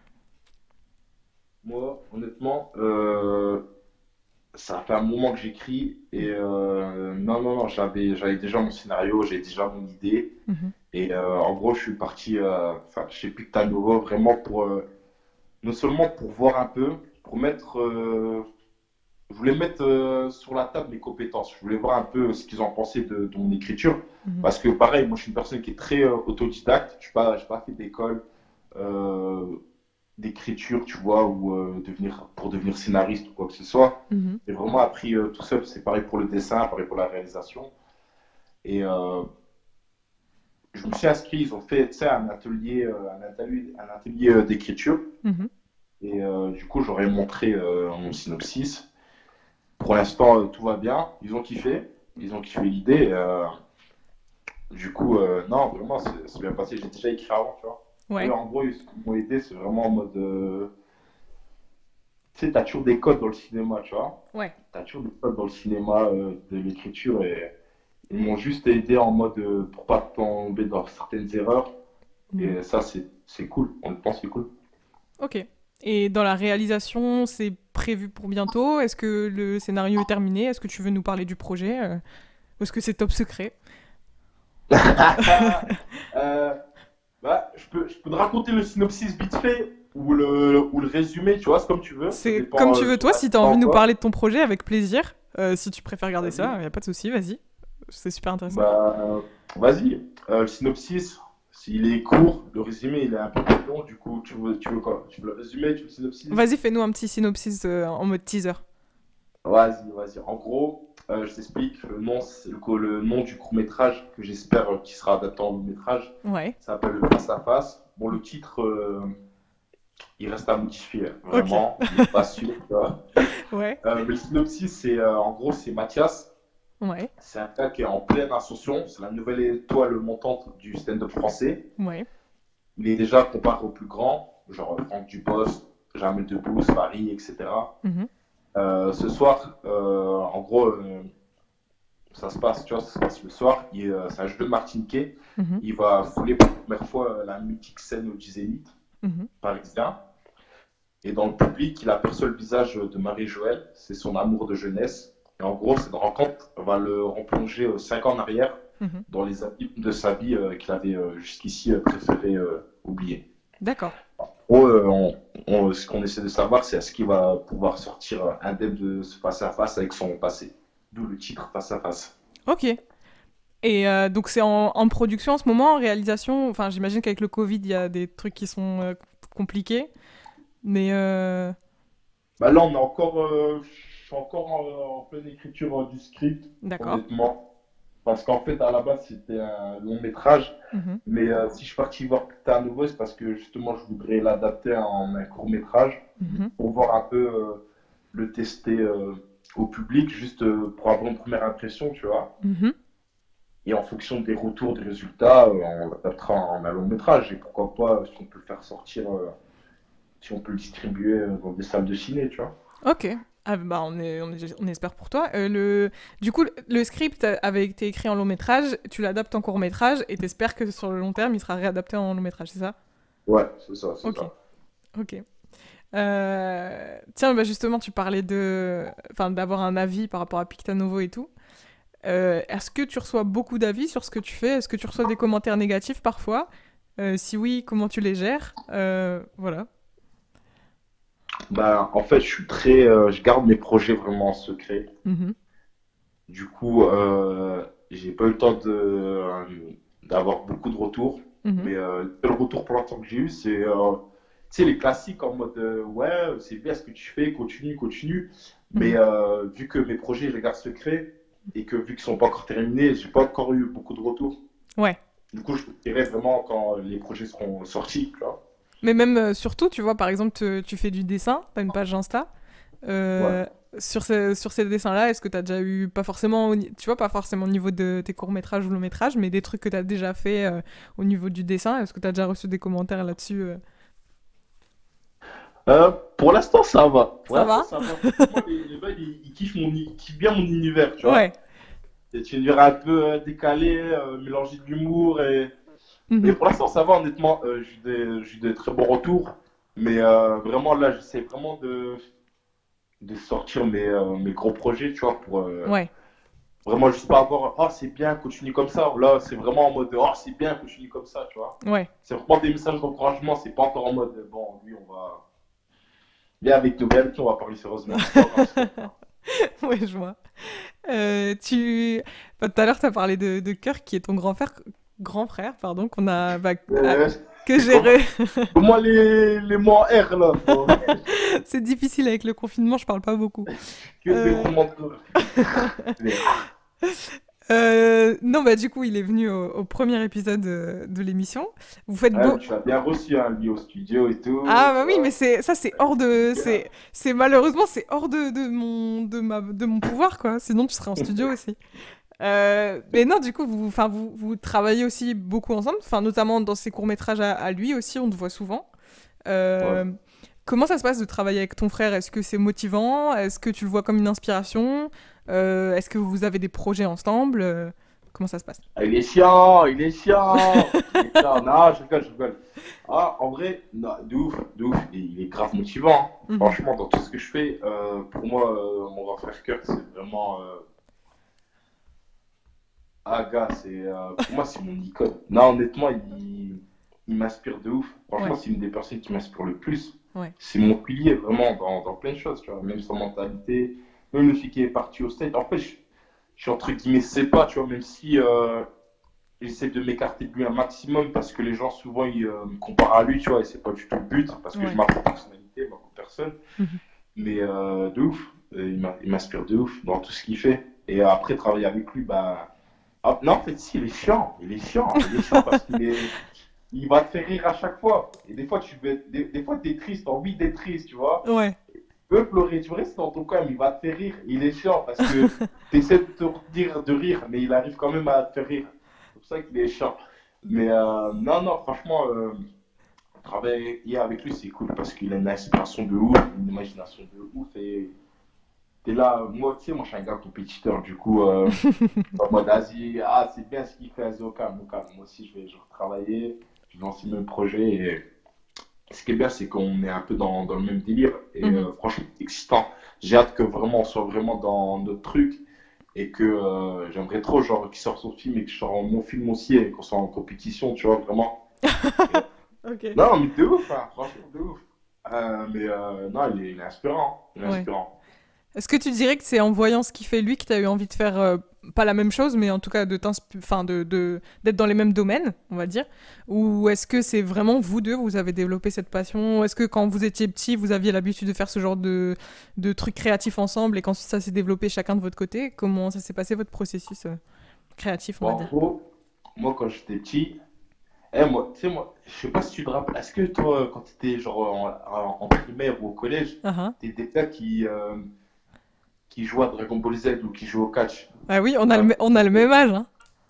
Speaker 2: Moi, honnêtement, ça fait un moment que j'écris et non, non, non, j'avais déjà mon scénario, j'ai déjà mon idée.
Speaker 1: Mhm.
Speaker 2: Et en gros, je suis parti enfin, chez Picta Novo vraiment pour, non seulement pour voir un peu, pour mettre, je voulais mettre sur la table mes compétences. Je voulais voir un peu ce qu'ils ont pensé de mon écriture.
Speaker 1: Mhm.
Speaker 2: Parce que pareil, moi je suis une personne qui est très autodidacte. J'ai pas fait d'école euh, d'écriture, tu vois, ou pour devenir scénariste ou quoi que ce soit.
Speaker 1: Mhm.
Speaker 2: J'ai vraiment appris tout seul. C'est pareil pour le dessin, pareil pour la réalisation. Et je me suis inscrit, ils ont fait, tu sais, un atelier d'écriture.
Speaker 1: Mhm.
Speaker 2: Et du coup, j'aurais montré mon synopsis. Pour l'instant, tout va bien. Ils ont kiffé l'idée. Du coup, non, vraiment, c'est bien passé. J'ai déjà écrit avant, tu vois. Eux,
Speaker 1: Ouais.
Speaker 2: en gros, ce qu'ils m'ont aidé, c'est vraiment en mode. Tu sais, t'as toujours des codes dans le cinéma, tu vois.
Speaker 1: Ouais.
Speaker 2: T'as toujours des codes dans le cinéma de l'écriture et ils m'ont juste aidé en mode pour pas tomber dans certaines erreurs.
Speaker 1: Mhm.
Speaker 2: Et ça, c'est cool. On le pense, c'est cool.
Speaker 1: Ok. Et dans la réalisation, c'est prévu pour bientôt? Est-ce que le scénario est terminé? Est-ce que tu veux nous parler du projet? Ou est-ce que c'est top secret?
Speaker 2: Euh, Bah, je peux te raconter le synopsis vite fait ou le résumé, tu vois, c'est comme tu veux. Ça
Speaker 1: C'est
Speaker 2: dépend
Speaker 1: comme tu veux,
Speaker 2: tu
Speaker 1: toi.
Speaker 2: vas
Speaker 1: Si t'as
Speaker 2: pas
Speaker 1: envie
Speaker 2: ou
Speaker 1: de nous
Speaker 2: quoi.
Speaker 1: parler de ton projet, avec plaisir. Si tu préfères garder ça,
Speaker 2: Vas-y.
Speaker 1: y a pas de souci, vas-y. C'est super intéressant.
Speaker 2: Vas-y. Le synopsis, s'il est court, le résumé, il est un peu plus long. Du coup, tu veux quoi? Tu veux le résumé, tu veux le synopsis?
Speaker 1: Vas-y, fais-nous un petit synopsis en mode teaser.
Speaker 2: Vas-y, vas-y. En gros, je t'explique. Le nom, c'est le nom du court-métrage que j'espère qu'il sera adapté en long-métrage.
Speaker 1: Ouais.
Speaker 2: Ça s'appelle Face à Face. Bon, le titre, il reste à modifier,
Speaker 1: Ok.
Speaker 2: vraiment. Il n'est pas sûr, tu vois.
Speaker 1: Ouais.
Speaker 2: Mais le synopsis, c'est en gros, c'est Mathias.
Speaker 1: Ouais.
Speaker 2: C'est un gars qui est en pleine ascension. C'est la nouvelle étoile montante du stand-up français.
Speaker 1: Ouais.
Speaker 2: Il est déjà comparé aux plus grands, genre Franck Dubosc, Jamel Debbouze, Paris, etc.
Speaker 1: Mhm.
Speaker 2: Ce soir, en gros, ça se passe, tu vois, ça se passe le soir. C'est un jeu de Martiniquais.
Speaker 1: Mhm.
Speaker 2: Il va fouler pour la première fois la mythique scène du Zénith
Speaker 1: Mhm.
Speaker 2: parisien. Et dans le public, il aperçoit le visage de Marie-Joëlle, c'est son amour de jeunesse. Et en gros, cette rencontre va le replonger 5 ans en arrière
Speaker 1: Mhm.
Speaker 2: dans les abîmes de sa vie qu'il avait jusqu'ici préféré oublier.
Speaker 1: D'accord.
Speaker 2: En gros, ce qu'on essaie de savoir, c'est est-ce qu'il va pouvoir sortir indemne de ce face-à-face avec son passé. D'où le titre Face à face.
Speaker 1: Ok. Et donc c'est en production en ce moment, en réalisation. Enfin, j'imagine qu'avec le Covid, il y a des trucs qui sont compliqués. Mais
Speaker 2: Bah là, je suis encore en pleine écriture du script,
Speaker 1: d'accord.
Speaker 2: honnêtement. Parce qu'en fait, à la base, c'était un long métrage.
Speaker 1: Mhm.
Speaker 2: Mais si je suis parti voir Putain à nouveau, c'est parce que justement, je voudrais l'adapter en un court métrage
Speaker 1: Mhm.
Speaker 2: pour voir un peu le tester au public, juste pour avoir une première impression, tu vois.
Speaker 1: Mhm.
Speaker 2: Et en fonction des retours, des résultats, on l'adaptera en un long métrage. Et pourquoi pas, si on peut le faire sortir, si on peut le distribuer dans des salles de ciné, tu vois.
Speaker 1: Ok. Ah, bah, on espère pour toi. Du coup, le script avait été écrit en long métrage, tu l'adaptes en court métrage et t'espères que sur le long terme, il sera réadapté en long métrage, c'est ça?
Speaker 2: Ouais, c'est ça, c'est
Speaker 1: Ok.
Speaker 2: ça.
Speaker 1: Ok. Tiens, bah justement, tu parlais enfin, d'avoir un avis par rapport à Pictanovo et tout. Est-ce que tu reçois beaucoup d'avis sur ce que tu fais? Est-ce que tu reçois des commentaires négatifs parfois? Si oui, comment tu les gères? Voilà.
Speaker 2: Bah, en fait, je garde mes projets vraiment en secret.
Speaker 1: Mhm.
Speaker 2: Du coup, j'ai pas eu le temps d'avoir beaucoup de retours.
Speaker 1: Mhm.
Speaker 2: Mais le seul retour pour l'instant que j'ai eu, c'est tu sais, les classiques en mode ouais, c'est bien ce que tu fais, continue, continue. Mais
Speaker 1: Mhm.
Speaker 2: vu que mes projets, je les garde secrets et que vu qu'ils sont pas encore terminés, j'ai pas encore eu beaucoup de retours.
Speaker 1: Ouais.
Speaker 2: Du coup, je te dirai vraiment quand les projets seront sortis, tu vois.
Speaker 1: Mais même surtout, tu vois, par exemple, tu fais du dessin, tu as une page Insta.
Speaker 2: Ouais.
Speaker 1: Euh, sur ces dessins-là, est-ce que tu as déjà eu, pas forcément, tu vois, pas forcément au niveau de tes courts-métrages ou longs-métrages, mais des trucs que tu as déjà fait au niveau du dessin? Est-ce que tu as déjà reçu des commentaires là-dessus
Speaker 2: Pour l'instant, ça va. Pour
Speaker 1: Ça
Speaker 2: l'instant,
Speaker 1: va?
Speaker 2: ça va. Franchement, les gars, ils kiffent, ils kiffent bien mon univers, tu vois.
Speaker 1: Ouais.
Speaker 2: C'est un univers un peu décalé, mélangé d'humour et et
Speaker 1: Mhm.
Speaker 2: pour l'instant, ça va, honnêtement. J'ai eu des très bons retours. Mais vraiment, là, j'essaie vraiment de sortir mes gros projets, tu vois, pour
Speaker 1: Ouais.
Speaker 2: vraiment juste pas avoir oh, c'est bien, continue comme ça. Là, c'est vraiment en mode oh, c'est bien, continue comme ça, tu vois.
Speaker 1: Ouais.
Speaker 2: C'est vraiment des messages d'encouragement. C'est pas encore en mode bon, lui, on va. Viens avec nous, on va parler sérieusement. C'est pas grave, c'est pas grave.
Speaker 1: Ouais, je vois. Enfin, tout à l'heure, tu as parlé de Kirk, qui est ton grand frère, pardon, qu'on a,
Speaker 2: Euh,
Speaker 1: que
Speaker 2: c'est comment,
Speaker 1: j'ai.
Speaker 2: comment les mots en R là,
Speaker 1: C'est difficile avec le confinement, je parle pas beaucoup.
Speaker 2: que des
Speaker 1: Euh,
Speaker 2: roulements de.
Speaker 1: non, bah du coup, il est venu au premier épisode de l'émission. Vous faites
Speaker 2: Ah,
Speaker 1: beau.
Speaker 2: tu l'as bien reçu, hein, lui au studio et tout,
Speaker 1: Ah
Speaker 2: tu
Speaker 1: bah oui, mais
Speaker 2: vois.
Speaker 1: c'est hors de,
Speaker 2: Bien.
Speaker 1: c'est malheureusement c'est hors de mon pouvoir quoi. Sinon tu serais en studio aussi. Mais non, du coup, vous travaillez aussi beaucoup ensemble, enfin notamment dans ses courts métrages à lui aussi, on te voit souvent.
Speaker 2: Ouais.
Speaker 1: Euh, Comment ça se passe de travailler avec ton frère? Est-ce que c'est motivant? Est-ce que tu le vois comme une inspiration? Est-ce que vous avez des projets ensemble? Comment ça se passe?
Speaker 2: Ah, il est chiant, il est chiant. Il est chiant. Non, je rigole, je rigole. Ah, en vrai, non, de ouf, de ouf. Il est grave motivant, hein.
Speaker 1: Mhm.
Speaker 2: Franchement, dans tout ce que je fais, pour moi, mon grand frère Kurt, c'est vraiment. Ah, gars, pour moi, c'est mon icône. Non, honnêtement, il m'inspire de ouf. Franchement,
Speaker 1: Ouais,
Speaker 2: c'est une des personnes qui m'inspire le plus.
Speaker 1: ouais.
Speaker 2: C'est mon pilier, vraiment, dans plein de choses, tu vois. Même son mentalité, même le fait qu'il est parti au state. En fait, je suis entre guillemets, c'est pas, tu vois, même si. J'essaie de m'écarter de lui un maximum parce que les gens souvent me comparent à lui, tu vois, et c'est pas du tout le but parce que je
Speaker 1: Ouais.
Speaker 2: ma propre personnalité, ma propre personne.
Speaker 1: Mhm.
Speaker 2: Mais de ouf, il m'inspire de ouf dans tout ce qu'il fait. Et après, travailler avec lui, bah. Ah, non, en fait, si, il est chiant, il est chiant parce il va te faire rire à chaque fois. Et des fois, des fois, t'es triste, t'as envie d'être triste, tu vois.
Speaker 1: Ouais.
Speaker 2: Tu peux pleurer, tu restes dans ton coin, mais il va te faire rire. Il est chiant parce que tu essaies de te dire de rire, mais il arrive quand même à te faire rire. C'est pour ça qu'il est chiant. Mais non, non, franchement, travailler avec lui, c'est cool parce qu'il a une inspiration de ouf, une imagination de ouf. Et t'es là, moi, tu sais, moi, je suis un gars compétiteur. Du coup, en mode Asie, ah, c'est bien ce qu'il fait, Asie, au calme, au calme. Moi aussi, je vais retravailler, je vais lancer mes projets. Et ce qui est bien, c'est qu'on est un peu dans le même délire. Et
Speaker 1: Mhm.
Speaker 2: franchement, c'est excitant. J'ai hâte que vraiment on soit vraiment dans notre truc. Et que j'aimerais trop, genre, qu'il sorte son film et que je sors mon film aussi et qu'on soit en compétition, tu vois, vraiment. Et-
Speaker 1: Ok.
Speaker 2: non, mais de ouf, hein, franchement, de ouf. Mais non, il est inspirant. Il est
Speaker 1: Ouais.
Speaker 2: inspirant.
Speaker 1: Est-ce que tu dirais que c'est en voyant ce qu'il fait lui que tu as eu envie de faire pas la même chose, mais en tout cas enfin d'être dans les mêmes domaines, on va dire? Ou est-ce que c'est vraiment vous deux, vous avez développé cette passion? Est-ce que quand vous étiez petit, vous aviez l'habitude de faire ce genre de trucs créatifs ensemble et qu'ensuite ça s'est développé chacun de votre côté? Comment ça s'est passé votre processus créatif, on
Speaker 2: Bon,
Speaker 1: va
Speaker 2: en
Speaker 1: dire?
Speaker 2: gros, moi, quand j'étais petit, moi, tu sais, moi, je sais pas si tu te rappelles, est-ce que toi, quand tu étais genre en primaire ou au collège,
Speaker 1: Ah ah.
Speaker 2: t'es des gars qui jouent à Dragon Ball Z ou qui jouent au catch?
Speaker 1: Ah oui,
Speaker 2: Ouais.
Speaker 1: on a le même âge, hein.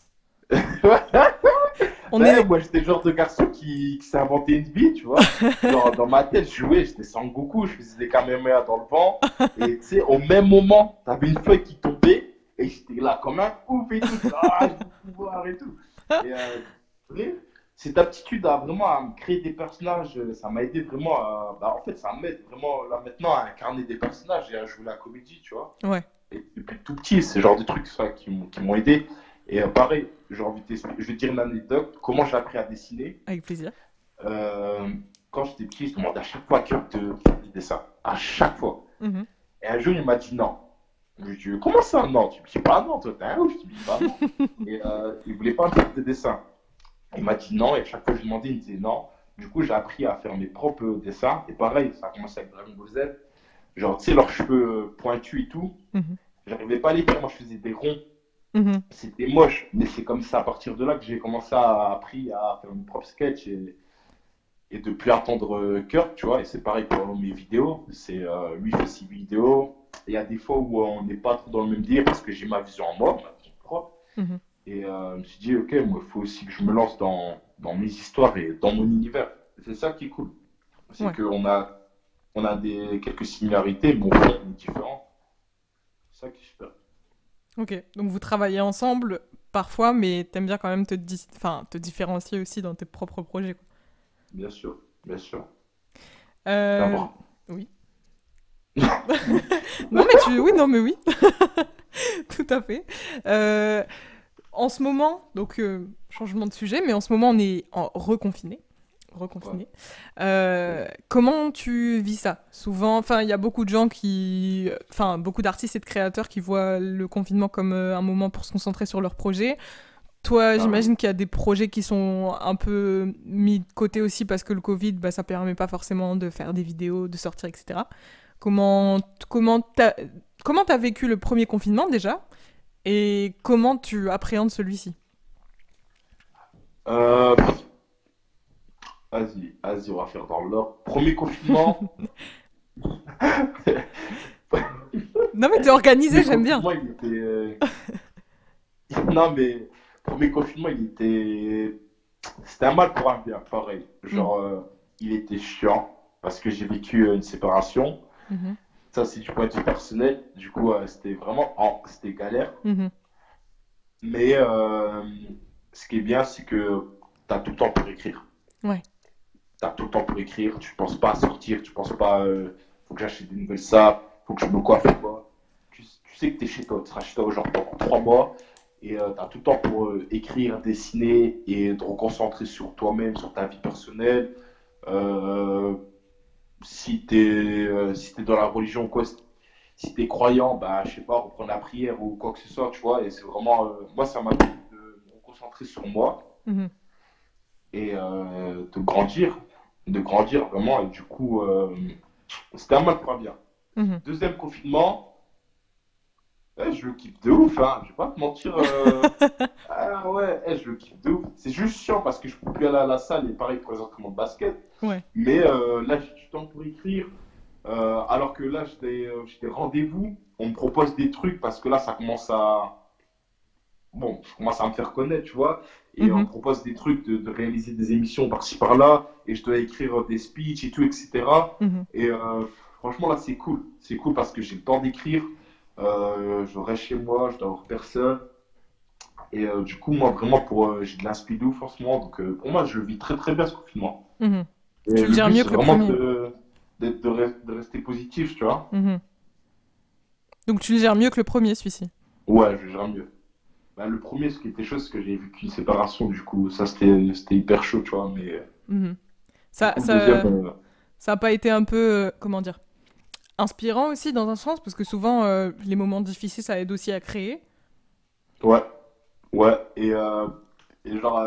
Speaker 1: On
Speaker 2: Ben,
Speaker 1: est...
Speaker 2: moi, j'étais le genre de garçon qui s'est inventé une vie, tu vois. Genre, dans ma tête, je jouais, j'étais Sangoku, je faisais des Kamehameha dans le vent. Et tu sais, au même moment, t'avais une feuille qui tombait, et j'étais là comme un ouf et tout. Ah, je veux pouvoir et tout. Et vrai, cette aptitude à vraiment à me créer des personnages, ça m'a aidé vraiment à. Bah, en fait, ça m'aide vraiment là maintenant à incarner des personnages et à jouer la comédie, tu vois.
Speaker 1: Ouais,
Speaker 2: Et depuis tout petit, c'est le genre de trucs ça, qui m'ont aidé. Et pareil, j'ai envie de t'expliquer, je vais te dire une anecdote, comment j'ai appris à dessiner.
Speaker 1: avec plaisir.
Speaker 2: Euh, Quand j'étais petit, je demandais à chaque fois à Kirk de faire des dessins. À chaque fois.
Speaker 1: Mhm.
Speaker 2: Et un jour, il m'a dit non. Je lui ai dit, comment ça, non? Tu me dis pas non, toi, t'es un ouf, tu me dis pas non. Et il voulait pas me faire de dessin. Il m'a dit non, et à chaque fois que je lui demandais, il me disait non. Du coup, j'ai appris à faire mes propres dessins. Et pareil, ça a commencé avec Dragon Ball Z. Genre, tu sais, leurs cheveux pointus et tout.
Speaker 1: Mhm.
Speaker 2: J'arrivais pas à les faire. Moi, je faisais des ronds.
Speaker 1: Mhm.
Speaker 2: C'était moche. Mais c'est comme ça, à partir de là, que j'ai commencé à appris à faire mes propres sketchs et de plus attendre Kurt, tu vois. Et c'est pareil pour mes vidéos. C'est lui, il fait ses vidéos. Il y a des fois où on n'est pas trop dans le même délire parce que j'ai ma vision en moi, ma vision propre.
Speaker 1: Mhm.
Speaker 2: Et je me suis dit, ok, moi, il faut aussi que je me lance dans mes histoires et dans mon univers. C'est ça qui est cool. C'est
Speaker 1: Ouais.
Speaker 2: qu'on a quelques similarités, mais au fond, on est différents. C'est ça qui est super.
Speaker 1: Ok. Donc vous travaillez ensemble parfois, mais t'aimes bien quand même te différencier aussi dans tes propres projets, quoi.
Speaker 2: Bien sûr, bien sûr. C'est
Speaker 1: Euh,
Speaker 2: important.
Speaker 1: Oui. Non mais oui, non mais oui, tout à fait. Euh, En ce moment, donc changement de sujet, mais en ce moment on est en reconfiné.
Speaker 2: Ouais.
Speaker 1: Reconfiné. Comment tu vis ça? Souvent, enfin, il y a beaucoup de gens beaucoup d'artistes et de créateurs qui voient le confinement comme un moment pour se concentrer sur leurs projets. Toi,
Speaker 2: Carrément.
Speaker 1: j'imagine qu'il y a des projets qui sont un peu mis de côté aussi parce que le Covid, bah, ça permet pas forcément de faire des vidéos, de sortir, etc. Comment, comment t'as, comment t'as vécu le premier confinement déjà? Et comment tu appréhendes celui-ci?
Speaker 2: Euh, vas-y, on va faire dans l'ordre. Premier confinement.
Speaker 1: Non mais t'es organisé,
Speaker 2: Premier
Speaker 1: j'aime bien.
Speaker 2: confinement, il était. Non, mais premier confinement, c'était un mal pour un bien, pareil.
Speaker 1: Mm.
Speaker 2: Genre, il était chiant parce que j'ai vécu une séparation.
Speaker 1: Mhm.
Speaker 2: Ça, c'est du point de vue personnel. Du coup, c'était vraiment, c'était galère.
Speaker 1: Mhm.
Speaker 2: Mais ce qui est bien, c'est que tu as tout le temps pour écrire.
Speaker 1: Ouais.
Speaker 2: Tu as tout le temps pour écrire. Tu ne penses pas à sortir. Tu ne penses pas, faut que j'achète des nouvelles sapes. Faut que je me coiffe ou quoi. Tu sais que tu es chez toi. Tu seras chez toi genre pendant 3 mois. Et tu as tout le temps pour écrire, dessiner et te reconcentrer sur toi-même, sur ta vie personnelle. Euh, si t'es dans la religion ou quoi, si t'es croyant, bah, je sais pas, reprendre la prière ou quoi que ce soit, tu vois. Et c'est vraiment, moi, ça m'a permis de me concentrer sur moi
Speaker 1: Mhm.
Speaker 2: et de grandir vraiment. Et du coup, c'était un mal pour un bien.
Speaker 1: Mhm.
Speaker 2: Deuxième confinement, je le kiffe de ouf, hein. Je vais pas te mentir. Ah ouais, je le kiffe de ouf. C'est juste chiant parce que je peux plus aller à la salle et pareil pour les entraînements de basket.
Speaker 1: Ouais.
Speaker 2: Mais là, j'ai du temps pour écrire. Alors que là, j'ai des rendez-vous. On me propose des trucs parce que là, ça commence à. Bon, je commence à me faire connaître, tu vois. Et on me
Speaker 1: Mhm.
Speaker 2: propose des trucs de réaliser des émissions par-ci par-là. Et je dois écrire des speeches et tout, etc.
Speaker 1: Mhm.
Speaker 2: Et franchement, là, c'est cool. C'est cool parce que j'ai le temps d'écrire. Je reste chez moi, je dois voir personne. Et du coup, moi, vraiment, j'ai de l'inspi de ouf en ce moment. Donc, pour moi, je le vis très, très bien ce confinement.
Speaker 1: Mhm. Tu
Speaker 2: Et
Speaker 1: le
Speaker 2: le
Speaker 1: gères
Speaker 2: but,
Speaker 1: mieux
Speaker 2: c'est
Speaker 1: que le
Speaker 2: vraiment
Speaker 1: premier.
Speaker 2: de rester positif, tu vois.
Speaker 1: Mhm. Donc tu le gères mieux que le premier, celui-ci.
Speaker 2: Ouais, je gère mieux. Bah, le premier, ce qui était chaud, c'est que j'ai vécu une séparation, du coup, ça, c'était hyper chaud, tu vois. Mais
Speaker 1: Mhm.
Speaker 2: du
Speaker 1: Ça,
Speaker 2: coup, le deuxième,
Speaker 1: ça, ça a pas été un peu, comment dire, inspirant aussi dans un sens, parce que souvent les moments difficiles, ça aide aussi à créer.
Speaker 2: ouais, ouais. Et genre,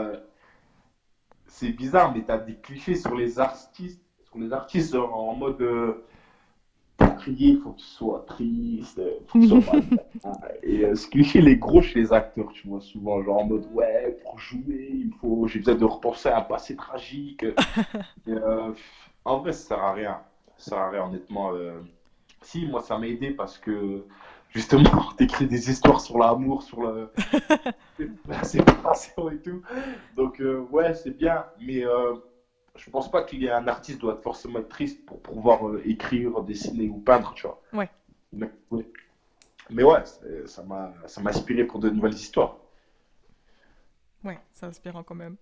Speaker 2: c'est bizarre, mais t'as des clichés sur les artistes, genre, en mode, pour crier, il faut que tu sois triste, il faut que tu sois mal. Et ce cliché, il est gros chez les acteurs, tu vois, souvent, genre en mode, ouais, pour jouer, j'ai besoin de repenser à un passé tragique. Et, en vrai, ça sert à rien. Ça sert à rien, honnêtement. Si, moi, ça m'a aidé parce que, justement, t'écris des histoires sur l'amour, sur la séparation et tout. Donc, ouais, c'est bien, mais je pense pas qu'il y ait un artiste doit forcément être triste pour pouvoir écrire, dessiner ou peindre, tu vois.
Speaker 1: Ouais,
Speaker 2: Ouais. Mais ouais, ça m'a inspiré pour de nouvelles histoires.
Speaker 1: ouais, c'est inspirant quand même.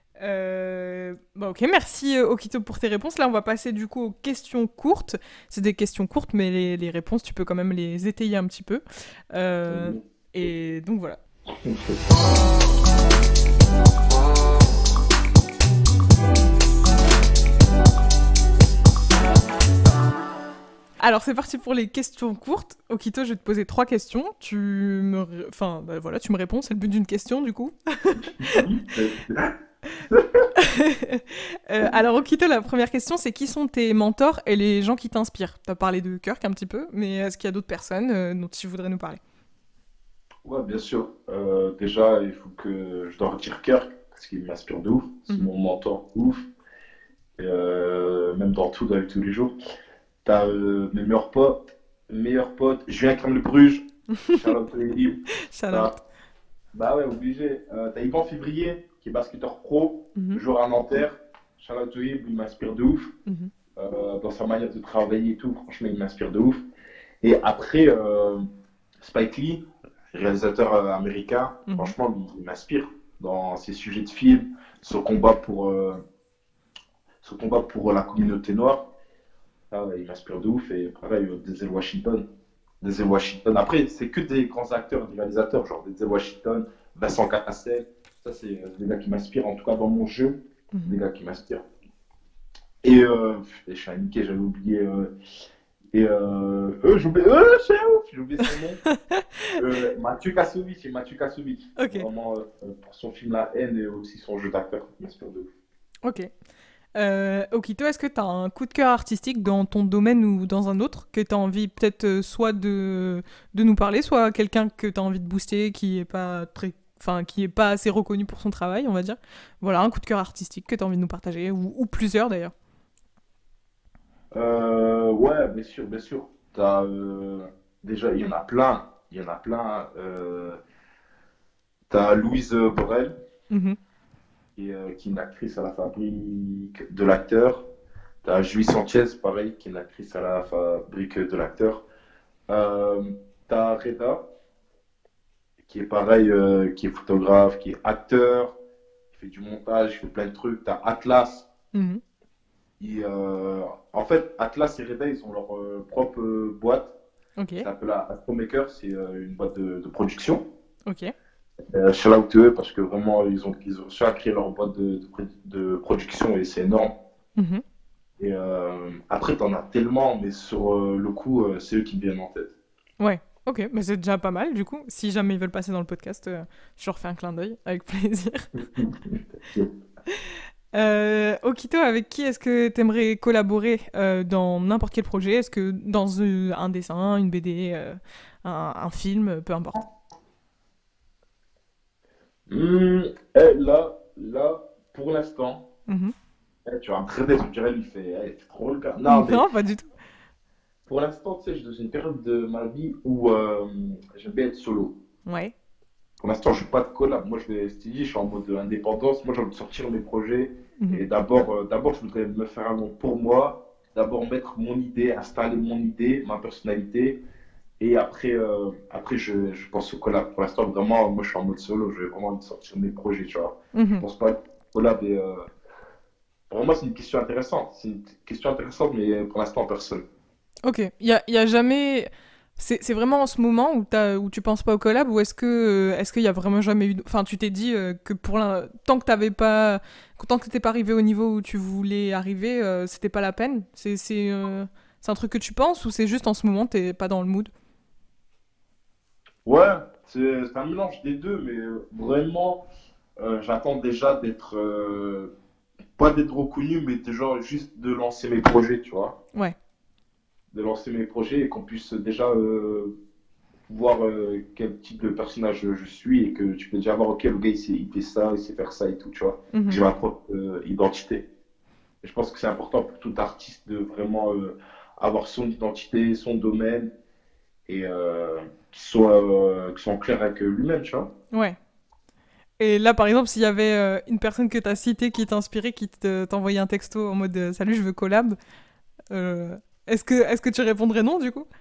Speaker 1: Bah ok, merci Okito pour tes réponses. Là, on va passer du coup aux questions courtes. C'est des questions courtes, mais les réponses, tu peux quand même les étayer un petit peu. Euh, et donc voilà. Alors c'est parti pour les questions courtes. Okito, je vais te poser 3 questions. Enfin, bah, voilà, tu me réponds. C'est le but d'une question du coup. Alors, Okito, la première question, c'est qui sont tes mentors et les gens qui t'inspirent? T'as parlé de Kirk un petit peu, mais est-ce qu'il y a d'autres personnes dont tu voudrais nous parler?
Speaker 2: Ouais, bien sûr. Déjà, il faut que je dois retirer Kirk parce qu'il m'inspire de ouf. C'est
Speaker 1: Mhm,
Speaker 2: mon mentor de ouf. Et, même dans la vie de tous les jours. T'as mes meilleurs potes. Julien Crème le Bruges. Charlotte Elim.
Speaker 1: shout out.
Speaker 2: T'as, bah ouais, obligé. T'as Yvan Février, qui est basketteur pro,
Speaker 1: Mhm,
Speaker 2: joueur à Nanterre. Charlotte Elim, il m'inspire de ouf.
Speaker 1: mhm,
Speaker 2: Dans sa manière de travailler et tout. Franchement, il m'inspire de ouf. Et après, Spike Lee, réalisateur américain,
Speaker 1: mhm.
Speaker 2: franchement, il m'inspire dans ses sujets de film, son combat pour la communauté noire. Ah ouais, il m'inspire de ouf. Et pareil, Denzel Washington. Denzel Washington. Après, c'est que des grands acteurs, des réalisateurs, genre Denzel Washington, Vincent Cassel. Ça, c'est des gars qui m'inspirent. En tout cas, dans mon jeu, c'est des
Speaker 1: Mhm.
Speaker 2: gars qui m'inspirent. Et je suis un niqué, j'avais oublié. J'ai oublié son nom. Mathieu Kassovitch et Mathieu Kassovitch.
Speaker 1: Ok,
Speaker 2: Vraiment, pour son film La haine et aussi son jeu d'acteur, qui m'inspire de ouf.
Speaker 1: ok. Okito, est-ce que tu as un coup de cœur artistique dans ton domaine ou dans un autre que tu as envie peut-être soit de nous parler, soit quelqu'un que tu as envie de booster qui est pas très, enfin, qui est pas assez reconnu pour son travail, on va dire. Voilà, un coup de cœur artistique que tu as envie de nous partager, ou plusieurs d'ailleurs.
Speaker 2: Ouais, bien sûr, bien sûr. Déjà, il y en a plein. Il y en a plein. T'as Louise Borel,
Speaker 1: Mhm,
Speaker 2: qui est une actrice à la fabrique de l'acteur. T'as Julie Sanchez, pareil, qui est une actrice à la fabrique de l'acteur. Euh, T'as Reda, qui est pareil, qui est photographe, qui est acteur, qui fait du montage, qui fait plein de trucs. T'as Atlas.
Speaker 1: mhm.
Speaker 2: En fait, Atlas et Reda, ils ont leur propre boîte
Speaker 1: Ok,
Speaker 2: qui s'appelle Astromaker. C'est une boîte de production.
Speaker 1: ok.
Speaker 2: Shout out to eux parce que vraiment, ils ont su à créer leur boîte de production et c'est énorme.
Speaker 1: Mhm.
Speaker 2: Et après, t'en as tellement, mais sur le coup, c'est eux qui me viennent en tête.
Speaker 1: Ouais, ok, mais c'est déjà pas mal du coup. Si jamais ils veulent passer dans le podcast, je leur fais un clin d'œil avec plaisir. Okito, avec qui est-ce que tu aimerais collaborer dans n'importe quel projet? Est-ce que dans un dessin, une BD, un film, peu importe.
Speaker 2: Là, pour l'instant,
Speaker 1: Mhm.
Speaker 2: tu vois, un très bête, on dirait, lui fait, c'est trop le gars. Non, mais
Speaker 1: Non, pas du tout.
Speaker 2: pour l'instant, tu sais, je suis dans une période de ma vie où j'aime bien être solo.
Speaker 1: Ouais.
Speaker 2: Pour l'instant, je ne joue pas de collab. Moi, je t'ai dit, je suis en mode indépendance. Moi, j'ai envie de sortir mes projets.
Speaker 1: Mhm.
Speaker 2: Et d'abord, je voudrais me faire un nom pour moi. D'abord, mettre mon idée, installer mon idée, ma personnalité. Et après je pense au collab. Pour l'instant, vraiment, moi, je suis en mode solo. Je vais vraiment envie de sortir mes projets, tu vois. Je
Speaker 1: Mhm.
Speaker 2: pense pas que collab est, pour moi, c'est une question intéressante. C'est une question intéressante, mais pour l'instant, personne.
Speaker 1: Ok. Y a jamais. C'est vraiment en ce moment où, où tu penses pas au collab ou est-ce qu'il y a vraiment jamais eu. Enfin, tu t'es dit que tant que t'avais pas. Tant que t'étais pas arrivé au niveau où tu voulais arriver, c'était pas la peine? C'est un truc que tu penses ou c'est juste en ce moment t'es pas dans le mood?
Speaker 2: Ouais, c'est un mélange des deux, mais vraiment, j'attends déjà d'être, pas d'être reconnu, mais déjà juste de lancer mes projets, tu vois.
Speaker 1: Ouais.
Speaker 2: De lancer mes projets et qu'on puisse déjà voir quel type de personnage je suis et que tu peux déjà voir, ok, le gars, il fait ça, il sait faire ça et tout, tu vois.
Speaker 1: Mhm.
Speaker 2: J'ai ma propre identité. Et je pense que c'est important pour tout artiste de vraiment avoir son identité, son domaine et qu'il soit en clair avec lui-même, tu vois.
Speaker 1: Ouais. Et là, par exemple, s'il y avait une personne que t'as citée qui t'inspirait, qui t'envoyait un texto en mode Salut, je veux collab, euh, est-ce que tu répondrais non du coup?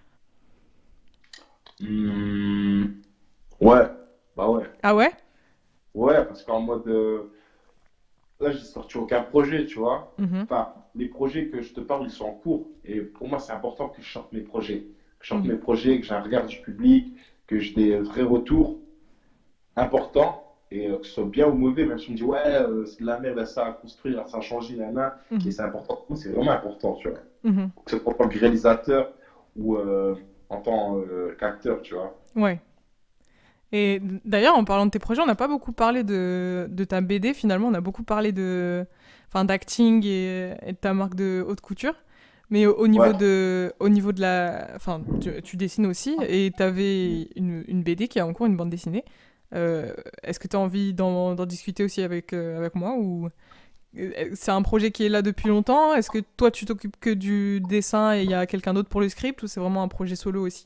Speaker 2: Hmm, ouais, bah ouais.
Speaker 1: Ah ouais?
Speaker 2: Ouais, parce qu'en mode, là, j'ai sorti aucun projet, tu vois.
Speaker 1: Mhm.
Speaker 2: Enfin, les projets que je te parle, ils sont en cours. Et pour moi, c'est important que je sorte mes projets. Que je sorte
Speaker 1: Mhm.
Speaker 2: mes projets, que j'ai un regard du public, que j'ai des vrais retours importants. Et que ce soit bien ou mauvais, même si on me dit, ouais, c'est de la merde, ça à construire, ça a changé, nana. Et
Speaker 1: Mhm.
Speaker 2: c'est important. Pour moi, c'est vraiment important, tu vois.
Speaker 1: Mhm.
Speaker 2: Que ce soit en tant que réalisateur ou en tant qu'acteur, tu vois.
Speaker 1: Ouais. Et d'ailleurs, en parlant de tes projets, on n'a pas beaucoup parlé de ta BD, finalement. On a beaucoup parlé enfin, d'acting et de ta marque de haute couture. Mais
Speaker 2: Ouais.
Speaker 1: au niveau de la... Enfin, tu dessines aussi et tu avais une BD qui a en cours, une bande dessinée. Est-ce que tu as envie d'en discuter aussi avec moi ou... C'est un projet qui est là depuis longtemps? Est-ce que toi, tu t'occupes que du dessin et il y a quelqu'un d'autre pour le script ou c'est vraiment un projet solo aussi?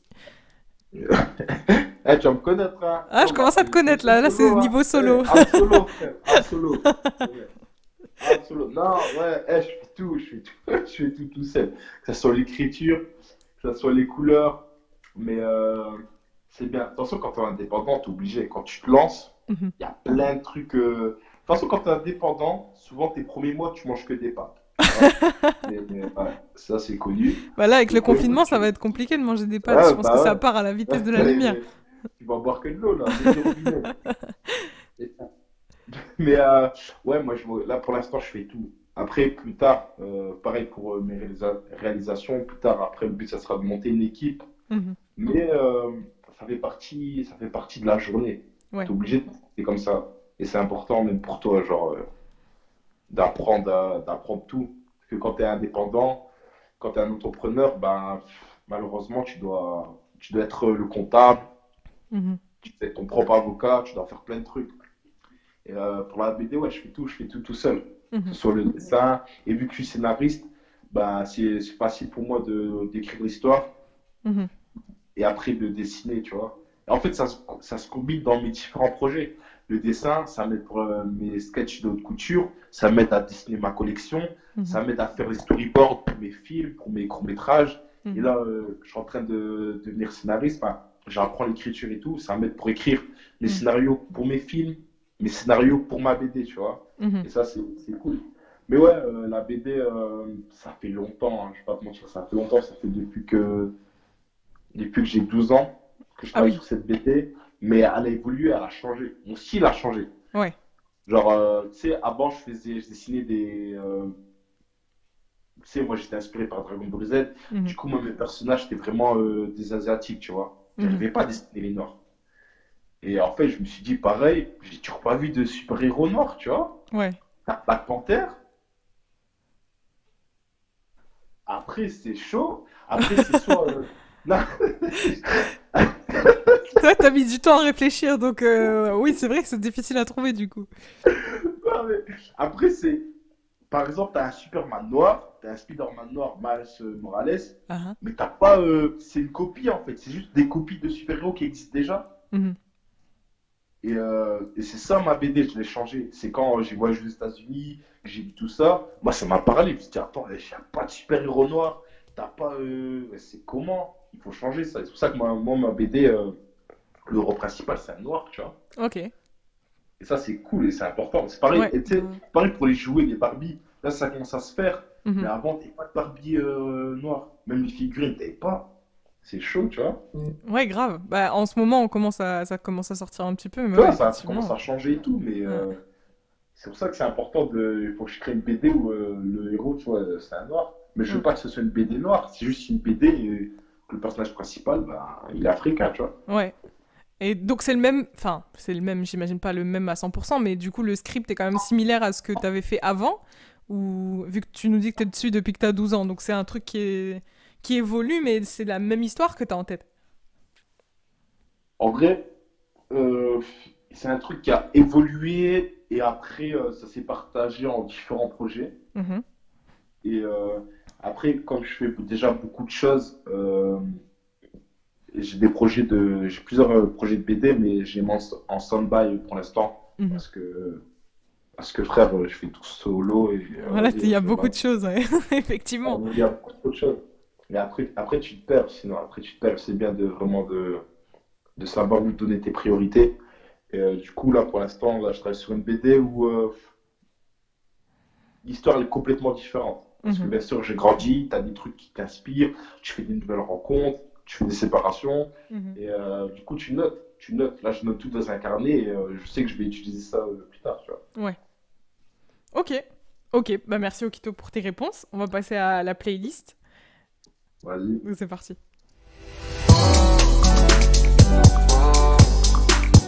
Speaker 2: Eh, tu vas me connaître, hein.
Speaker 1: Ah, je
Speaker 2: On va
Speaker 1: commence à te
Speaker 2: faire
Speaker 1: connaître
Speaker 2: des
Speaker 1: là. Là, c'est
Speaker 2: solo, hein.
Speaker 1: niveau
Speaker 2: Eh,
Speaker 1: solo.
Speaker 2: un solo, frère. Un solo. Ouais. Un solo. Non, ouais, je fais tout. Je fais tout, je fais tout seul. Que ce soit l'écriture, que ce soit les couleurs. Mais c'est bien. Attention, quand tu es indépendant, tu es obligé. Quand tu te lances,
Speaker 1: Mhm.
Speaker 2: il y a plein de trucs. De toute façon, quand tu es indépendant, souvent tes premiers mois, tu manges que des pâtes. Tu vois? Ouais, ça, c'est connu.
Speaker 1: Bah là, avec
Speaker 2: Le
Speaker 1: le
Speaker 2: premier mois,
Speaker 1: confinement, ça va être compliqué de manger des pâtes. Je
Speaker 2: Ouais,
Speaker 1: pense que
Speaker 2: bah
Speaker 1: ça
Speaker 2: ouais.
Speaker 1: part à la vitesse de la
Speaker 2: Ouais,
Speaker 1: lumière.
Speaker 2: tu vas boire que de l'eau, là, l'eau du robinet. Et- Mais ouais, moi, là, pour l'instant, je fais tout. Après, plus tard, pareil pour mes réalisations, plus tard, après, le but, ça sera de monter une équipe.
Speaker 1: Mhm.
Speaker 2: Mais ça fait partie de la journée.
Speaker 1: Ouais.
Speaker 2: Tu es obligé de c'est comme ça. Et c'est important, même pour toi, genre, d'apprendre tout. Parce que quand tu es indépendant, quand tu es un entrepreneur, ben, malheureusement, tu dois être le comptable,
Speaker 1: Mhm.
Speaker 2: tu dois être ton propre avocat, tu dois faire plein de trucs. Et pour la BD, ouais, je fais tout seul. Que
Speaker 1: Mhm.
Speaker 2: ce soit le dessin, et vu que je suis scénariste, ben, c'est facile pour moi d'écrire l'histoire
Speaker 1: Mhm.
Speaker 2: et après de dessiner, tu vois. Et en fait, ça se combine dans mes différents projets. Le dessin, ça m'aide pour mes sketchs de haute couture, ça m'aide à dessiner ma collection,
Speaker 1: Mhm.
Speaker 2: ça m'aide à faire les storyboards pour mes films, pour mes courts-métrages. Et
Speaker 1: Mhm.
Speaker 2: là, je suis en train de devenir scénariste. Enfin, j'apprends l'écriture et tout. Ça m'aide pour écrire mes
Speaker 1: Mhm.
Speaker 2: scénarios pour mes films, mes scénarios pour ma BD, tu vois.
Speaker 1: Mhm.
Speaker 2: Et ça, c'est cool. Mais ouais, la BD, ça fait longtemps, hein, je vais pas te mentir, ça fait longtemps, ça fait depuis que j'ai 12 ans que je
Speaker 1: Ah
Speaker 2: travaille
Speaker 1: oui.
Speaker 2: sur cette BD, mais elle a évolué, elle a changé. Mon style a changé.
Speaker 1: Ouais.
Speaker 2: Genre, tu sais, avant, je dessinais tu sais, moi, j'étais inspiré par Dragon Ball Z.
Speaker 1: Mhm.
Speaker 2: Du coup, moi, mes personnages, c'était vraiment des Asiatiques, tu vois.
Speaker 1: Mhm.
Speaker 2: J'arrivais pas à dessiner les Noirs. Et en fait, je me suis dit, pareil, j'ai toujours pas vu de super-héros noirs, tu vois.
Speaker 1: Ouais.
Speaker 2: T'as Black Panther, après, c'est chaud. Après, c'est soit... non,
Speaker 1: Toi, t'as mis du temps à réfléchir, donc oui, c'est vrai que c'est difficile à trouver du coup.
Speaker 2: non, mais après, c'est... Par exemple, t'as un Superman noir, t'as un Spider-Man noir, Miles Morales,
Speaker 1: Ah ah.
Speaker 2: mais t'as pas... c'est une copie, en fait. C'est juste des copies de super-héros qui existent déjà.
Speaker 1: Mhm.
Speaker 2: Et c'est ça ma BD, je l'ai changé. C'est quand j'ai voyagé aux États-Unis, que j'ai vu tout ça, moi ça m'a parlé. Je me suis dit, attends, il n'y a pas de super-héros noir, t'as pas. C'est comment? Il faut changer ça. C'est pour ça que moi ma BD, le rôle principal, c'est un noir, tu vois.
Speaker 1: Ok.
Speaker 2: Et ça, c'est cool et c'est important. C'est pareil,
Speaker 1: Ouais.
Speaker 2: et tu sais, pareil pour les jouets, les Barbie. Là, ça commence à se faire. Mais
Speaker 1: Mhm.
Speaker 2: avant, t'avais pas de Barbie noire. Même les figurines, t'avais pas. C'est chaud, tu vois.
Speaker 1: Ouais, grave. Bah, en ce moment, ça commence à sortir un petit peu, mais
Speaker 2: Tu
Speaker 1: ouais,
Speaker 2: vois, ça commence
Speaker 1: effectivement.
Speaker 2: à changer et tout, mais.
Speaker 1: Ouais.
Speaker 2: C'est pour ça que c'est important il faut que je crée une BD où le héros, tu vois, c'est un noir. Mais je veux
Speaker 1: Mm.
Speaker 2: pas que ce soit une BD noire, c'est juste une BD et que le personnage principal, bah, il est africain, tu vois.
Speaker 1: Ouais. Et donc c'est le même, enfin, c'est le même, j'imagine pas le même à 100%, mais du coup le script est quand même similaire à ce que t'avais fait avant, ou vu que tu nous dis que t'es dessus depuis que t'as 12 ans, donc c'est un truc qui évolue, mais c'est la même histoire que t'as en tête.
Speaker 2: En vrai, euh, c'est un truc qui a évolué et après, ça s'est partagé en différents projets.
Speaker 1: Mhm.
Speaker 2: Et après, comme je fais déjà beaucoup de choses, j'ai plusieurs projets de BD, mais j'ai mis en stand-by pour l'instant
Speaker 1: Mhm.
Speaker 2: parce que frère, je fais tout solo
Speaker 1: Voilà, il y a
Speaker 2: je vais
Speaker 1: beaucoup de
Speaker 2: pas.
Speaker 1: choses, ouais.
Speaker 2: Ah,
Speaker 1: Effectivement.
Speaker 2: mais il y a beaucoup trop de choses. Mais après, tu te perds, sinon, après, tu te perds. C'est bien de savoir où donner tes priorités. Et du coup, là, pour l'instant, là, je travaille sur une BD où l'histoire elle est complètement différente. Parce que
Speaker 1: Mhm.
Speaker 2: bien sûr, j'ai grandi, tu as des trucs qui t'inspirent, tu fais des nouvelles rencontres, tu fais des séparations.
Speaker 1: Mhm.
Speaker 2: Et du coup, tu notes. Tu notes. Là, je note tout dans un carnet et je sais que je vais utiliser ça plus tard, tu vois.
Speaker 1: Ouais. Ok. Ok, bah merci Okito pour tes réponses. On va passer à la playlist.
Speaker 2: Vas-y.
Speaker 1: Donc c'est parti.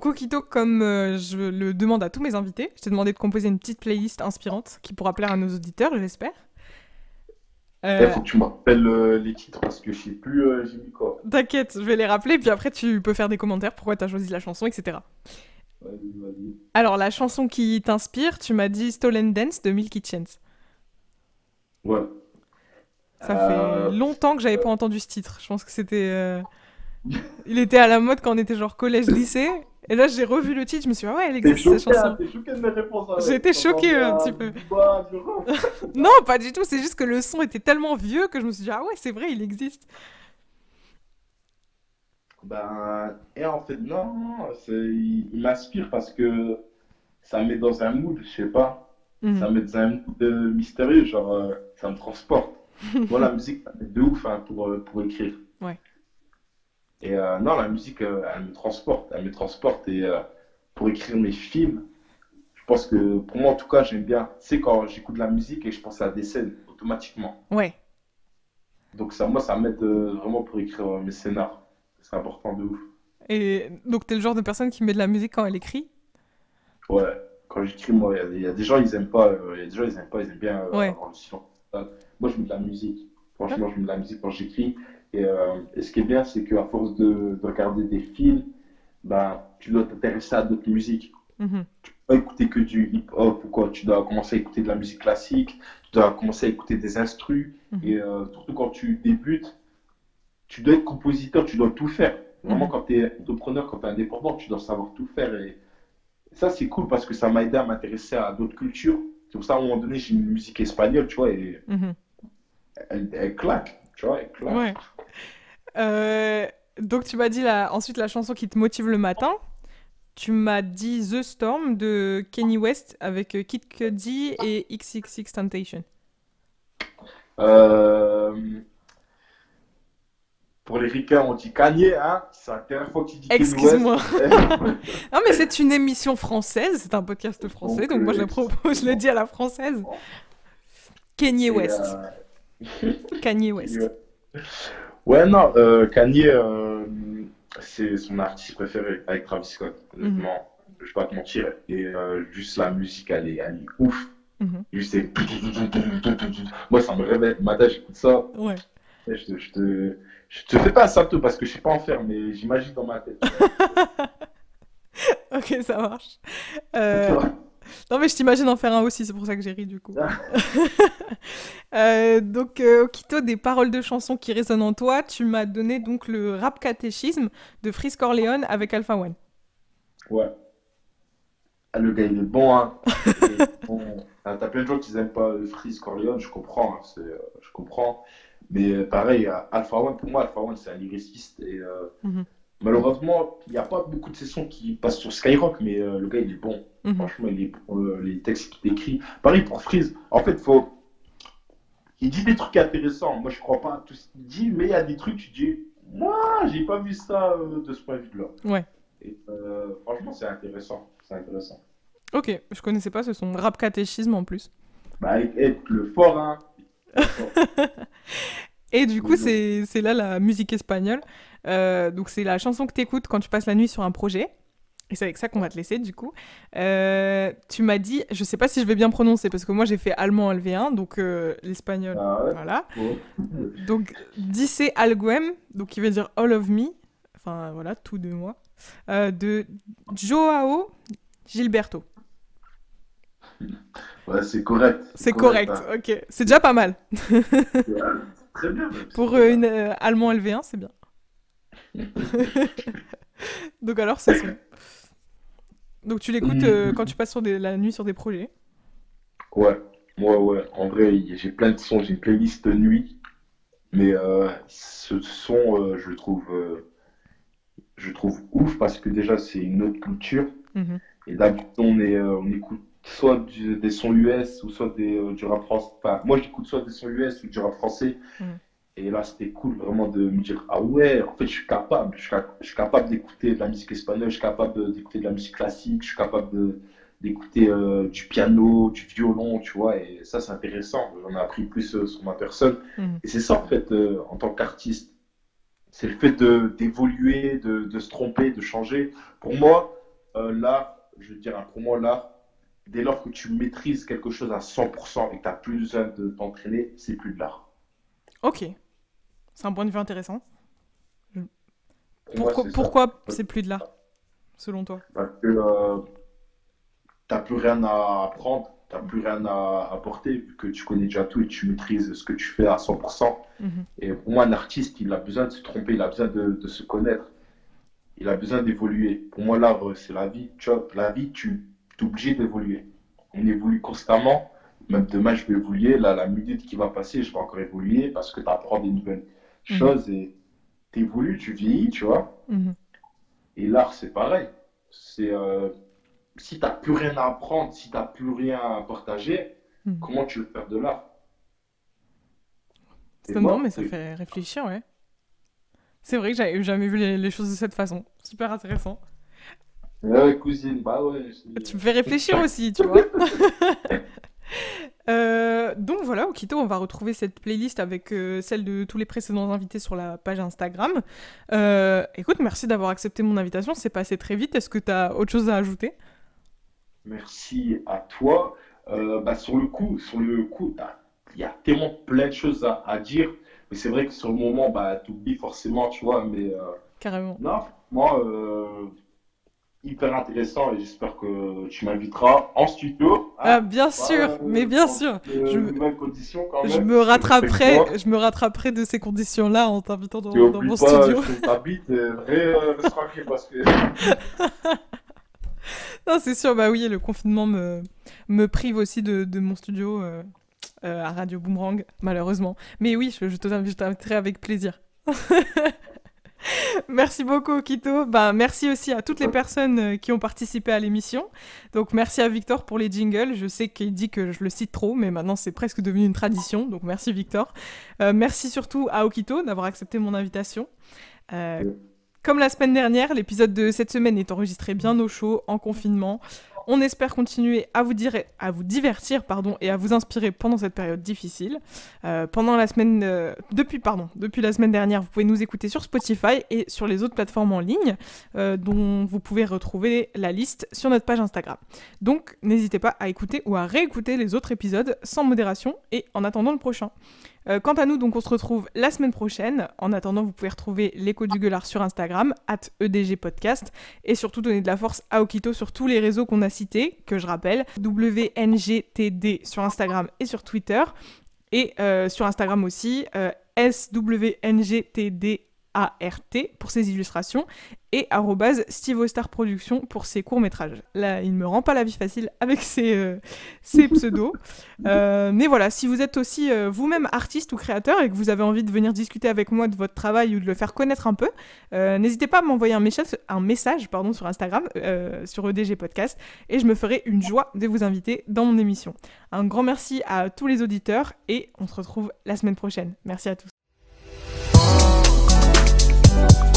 Speaker 1: Donc, Okito, comme je le demande à tous mes invités, je t'ai demandé de composer une petite playlist inspirante qui pourra plaire à nos auditeurs, j'espère.
Speaker 2: Il
Speaker 1: Euh,
Speaker 2: faut que tu me rappelles les titres parce que je sais plus j'ai mis quoi.
Speaker 1: T'inquiète, je vais les rappeler, puis après tu peux faire des commentaires, pourquoi t'as choisi la chanson, etc.
Speaker 2: Vas-y, vas-y.
Speaker 1: Alors, la chanson qui t'inspire, tu m'as dit Stolen Dance de Milky Chance.
Speaker 2: Ouais.
Speaker 1: Ça fait
Speaker 2: Euh,
Speaker 1: longtemps que j'avais pas entendu ce titre. Je pense que c'était. Il était à la mode quand on était genre collège-lycée. Et là, j'ai revu le titre, je me suis dit, ah ouais, elle
Speaker 2: T'es
Speaker 1: existe cette
Speaker 2: choqué, hein,
Speaker 1: chanson.
Speaker 2: t'es choqué de mes réponses
Speaker 1: J'ai
Speaker 2: avec.
Speaker 1: été
Speaker 2: Je
Speaker 1: choquée
Speaker 2: t'entendais
Speaker 1: un
Speaker 2: à
Speaker 1: petit peu.
Speaker 2: Booba, du rap.
Speaker 1: Non, pas du tout, c'est juste que le son était tellement vieux que je me suis dit, ah ouais, c'est vrai, il existe.
Speaker 2: Ben, et en fait, non, il m'inspire parce que ça me met dans un mood, je sais pas.
Speaker 1: Mhm.
Speaker 2: Ça me met dans un mood mystérieux, genre, ça me transporte. Moi, la musique, ça m'aide de ouf hein, pour écrire.
Speaker 1: Ouais.
Speaker 2: Et non, la musique, elle me transporte. Elle me transporte. Et pour écrire mes films, je pense que, pour moi en tout cas, j'aime bien. Tu sais, quand j'écoute de la musique et je pense à des scènes, automatiquement.
Speaker 1: Ouais.
Speaker 2: Donc, ça, moi, ça m'aide vraiment pour écrire mes scénars. C'est important de ouf.
Speaker 1: Et donc, t'es le genre de personne qui met de la musique quand elle écrit?
Speaker 2: Ouais, quand j'écris, moi, il y a des gens, ils aiment pas. Il y a des gens, ils aiment pas. Ils aiment bien
Speaker 1: Ouais.
Speaker 2: avoir le silence. Moi, je mets de la musique.
Speaker 1: Ah,
Speaker 2: Franchement, je mets de la musique quand j'écris. Et ce qui est bien, c'est qu'à force de regarder des films, bah, tu dois t'intéresser à d'autres musiques.
Speaker 1: mhm,
Speaker 2: Tu peux pas écouter que du hip-hop ou quoi. Tu dois commencer à écouter de la musique classique. Tu dois commencer à écouter des instrus.
Speaker 1: mhm,
Speaker 2: Et surtout quand tu débutes, tu dois être compositeur, tu dois tout faire. Vraiment,
Speaker 1: mhm.
Speaker 2: quand tu es entrepreneur, quand tu es indépendant, tu dois savoir tout faire. Et ça, c'est cool parce que ça m'a aidé à m'intéresser à d'autres cultures. C'est pour ça, à un moment donné, j'ai une musique espagnole, tu vois, et
Speaker 1: Mhm.
Speaker 2: elle claque, tu vois, elle claque.
Speaker 1: Ouais. Euh, donc, tu m'as dit ensuite la chanson qui te motive le matin. Tu m'as dit The Storm de Kanye West avec Kid Cudi et XXXTentacion.
Speaker 2: Euh, pour les ricains, on dit Kanye, hein. C'est la dernière fois que tu dis Kanye West.
Speaker 1: Excuse-moi. Non, mais c'est une émission française, c'est un podcast français,
Speaker 2: Donc,
Speaker 1: donc moi je le propose, je le dis à la française. Kanye
Speaker 2: et,
Speaker 1: West. Kanye West.
Speaker 2: ouais, non, Kanye, c'est son artiste préféré avec Travis Scott,
Speaker 1: Mhm,
Speaker 2: honnêtement. Je vais pas te mentir. Et juste la musique, elle est ouf.
Speaker 1: mhm.
Speaker 2: Juste, moi, ça me réveille. Le matin, j'écoute ça.
Speaker 1: Ouais.
Speaker 2: Et je te fais pas un salto parce que je sais pas en faire, mais j'imagine dans ma tête, tu vois.
Speaker 1: Ok, ça marche. Euh, Non, mais je t'imagine en faire un aussi, c'est pour ça que j'ai ri du coup. Donc, Okito, des paroles de chansons qui résonnent en toi, tu m'as donné donc le rap catéchisme de Freeze Corleone avec Alpha One.
Speaker 2: Ouais. Ah, le gars, il est bon, hein. Il est bon. Ah, t'as plein de gens qui n'aiment pas le Freeze Corleone, je comprends, hein, je comprends. Mais pareil, Alpha One, pour moi, Alpha One, c'est un lyriciste. Et
Speaker 1: Mhm,
Speaker 2: malheureusement, il n'y a pas beaucoup de sessions qui passent sur Skyrock, mais le gars, il est bon.
Speaker 1: mhm.
Speaker 2: Franchement, il est bon. Les textes qu'il écrit. Pareil pour Freeze. En fait, il dit des trucs intéressants. Moi, je crois pas à tout ce qu'il dit, mais il y a des trucs, tu dis, moi, j'ai pas vu ça de ce point de vue-là.
Speaker 1: Ouais.
Speaker 2: Et franchement, c'est intéressant. C'est intéressant.
Speaker 1: Ok, je connaissais pas ce son. Rap catéchisme en plus.
Speaker 2: Bah, être le fort, hein. Le fort.
Speaker 1: Et du coup,
Speaker 2: Mais non.
Speaker 1: c'est là la musique espagnole. Donc, c'est la chanson que t'écoutes quand tu passes la nuit sur un projet. Et c'est avec ça qu'on va te laisser, du coup. Tu m'as dit, je sais pas si je vais bien prononcer, parce que moi j'ai fait allemand LV1, donc l'espagnol,
Speaker 2: Ah ouais.
Speaker 1: voilà.
Speaker 2: Ouais.
Speaker 1: Donc, Dice Alguem, donc qui veut dire All of Me, enfin voilà, tout de moi, de Joao Gilberto.
Speaker 2: Ouais, c'est correct. C'est
Speaker 1: C'est
Speaker 2: correct,
Speaker 1: correct,
Speaker 2: hein.
Speaker 1: ok. C'est déjà pas mal.
Speaker 2: Ouais, c'est très bien, même. C'est
Speaker 1: Pour
Speaker 2: très bien.
Speaker 1: une allemand LV1, c'est bien. Donc alors, c'est son. Donc tu l'écoutes quand
Speaker 2: Hum,
Speaker 1: tu passes la nuit sur des projets.
Speaker 2: ouais, ouais. En vrai, j'ai plein de sons. J'ai une playlist nuit. Mais ce son, je le trouve ouf parce que déjà, c'est une autre culture.
Speaker 1: Mhm,
Speaker 2: Et d'habitude, on écoute soit des sons US ou soit du rap français. Enfin, moi, j'écoute soit des sons US ou du rap français.
Speaker 1: mhm,
Speaker 2: Et là, c'était cool vraiment de me dire, ah ouais, en fait, je suis capable. Je suis capable d'écouter de la musique espagnole, je suis capable d'écouter de la musique classique, je suis capable d'écouter du piano, du violon, tu vois. Et ça, c'est intéressant. J'en ai appris plus sur ma personne.
Speaker 1: mhm.
Speaker 2: Et c'est ça, en fait, en tant qu'artiste. C'est le fait d'évoluer, de se tromper, de changer. Pour moi, l'art, je veux dire, pour moi, l'art, dès lors que tu maîtrises quelque chose à 100% et que tu n'as plus besoin de t'entraîner, c'est plus de l'art.
Speaker 1: Ok, c'est un point de vue intéressant.
Speaker 2: Pour moi, c'est ça.
Speaker 1: Pourquoi c'est plus de l'art, selon toi?
Speaker 2: Parce que t'as plus rien à apprendre, t'as plus rien à apporter, vu que tu connais déjà tout et tu maîtrises ce que tu fais à 100%.
Speaker 1: Mhm.
Speaker 2: Et pour moi, un artiste, il a besoin de se tromper, il a besoin de se connaître, il a besoin d'évoluer. Pour moi, l'art, c'est la vie. Tu vois, la vie, tu es obligé d'évoluer. On évolue constamment. Même demain, je vais évoluer. Là, la minute qui va passer, je vais encore évoluer parce que tu apprends des nouvelles
Speaker 1: Mhm.
Speaker 2: choses et tu évolues, tu vieillis, tu vois.
Speaker 1: Mhm.
Speaker 2: Et l'art, c'est pareil. C'est si tu n'as plus rien à apprendre, si tu n'as plus rien à partager,
Speaker 1: Mhm.
Speaker 2: comment tu veux faire de l'art? C'est
Speaker 1: Non, mais
Speaker 2: mort.
Speaker 1: ça fait réfléchir, ouais. C'est vrai que j'avais jamais vu les choses de cette façon. Super intéressant.
Speaker 2: Ouais, cousine, bah ouais.
Speaker 1: Tu me fais réfléchir aussi, tu vois. Donc voilà, Okito, on va retrouver cette playlist avec celle de tous les précédents invités sur la page Instagram. Écoute, merci d'avoir accepté mon invitation, c'est passé très vite. Est-ce que tu as autre chose à ajouter?
Speaker 2: Merci à toi. Bah, sur le coup, il y a tellement plein de choses à dire, mais c'est vrai que sur le moment, bah, tu oublies forcément, tu vois. Mais
Speaker 1: Carrément.
Speaker 2: non, moi, hyper intéressant et j'espère que tu m'inviteras en studio,
Speaker 1: Ah,
Speaker 2: hein,
Speaker 1: bien
Speaker 2: pas
Speaker 1: sûr, mais bien
Speaker 2: dans
Speaker 1: sûr. Je, me-
Speaker 2: nouvelles conditions quand
Speaker 1: je
Speaker 2: même,
Speaker 1: me
Speaker 2: parce que respecte-moi.
Speaker 1: je me rattraperai de ces conditions-là en t'invitant
Speaker 2: Et
Speaker 1: dans
Speaker 2: oublie
Speaker 1: mon
Speaker 2: pas,
Speaker 1: studio.
Speaker 2: je t'habite, reste tranquille parce que.
Speaker 1: Non, c'est sûr, bah oui, le confinement me prive aussi de mon studio à Radio Boomerang, malheureusement. Mais oui, je t'inviterai avec plaisir. Merci beaucoup, Kito. Ben, merci aussi à toutes les personnes qui ont participé à l'émission. Donc, merci à Victor pour les jingles. Je sais qu'il dit que je le cite trop, mais maintenant c'est presque devenu une tradition. Donc, merci, Victor. Merci surtout à Okito d'avoir accepté mon invitation. Euh, Comme la semaine dernière, l'épisode de cette semaine est enregistré bien au chaud, en confinement. On espère continuer à vous divertir et à vous inspirer pendant cette période difficile. Depuis la semaine dernière, vous pouvez nous écouter sur Spotify et sur les autres plateformes en ligne, dont vous pouvez retrouver la liste sur notre page Instagram. Donc, n'hésitez pas à écouter ou à réécouter les autres épisodes sans modération et en attendant le prochain. Quant à nous, donc, on se retrouve la semaine prochaine. En attendant, vous pouvez retrouver l'écho du gueulard sur Instagram, @edgpodcast, et surtout donner de la force à Okito sur tous les réseaux qu'on a cités, que je rappelle, WNGTD sur Instagram et sur Twitter, et sur Instagram aussi, SWNGTDART pour ses illustrations, et @SteveOstar Productions pour ses courts-métrages. Là, il me rend pas la vie facile avec ces pseudos. Mais voilà, si vous êtes aussi vous-même artiste ou créateur et que vous avez envie de venir discuter avec moi de votre travail ou de le faire connaître un peu, n'hésitez pas à m'envoyer un message sur Instagram, sur EDG Podcast, et je me ferai une joie de vous inviter dans mon émission. Un grand merci à tous les auditeurs et on se retrouve la semaine prochaine. Merci à tous.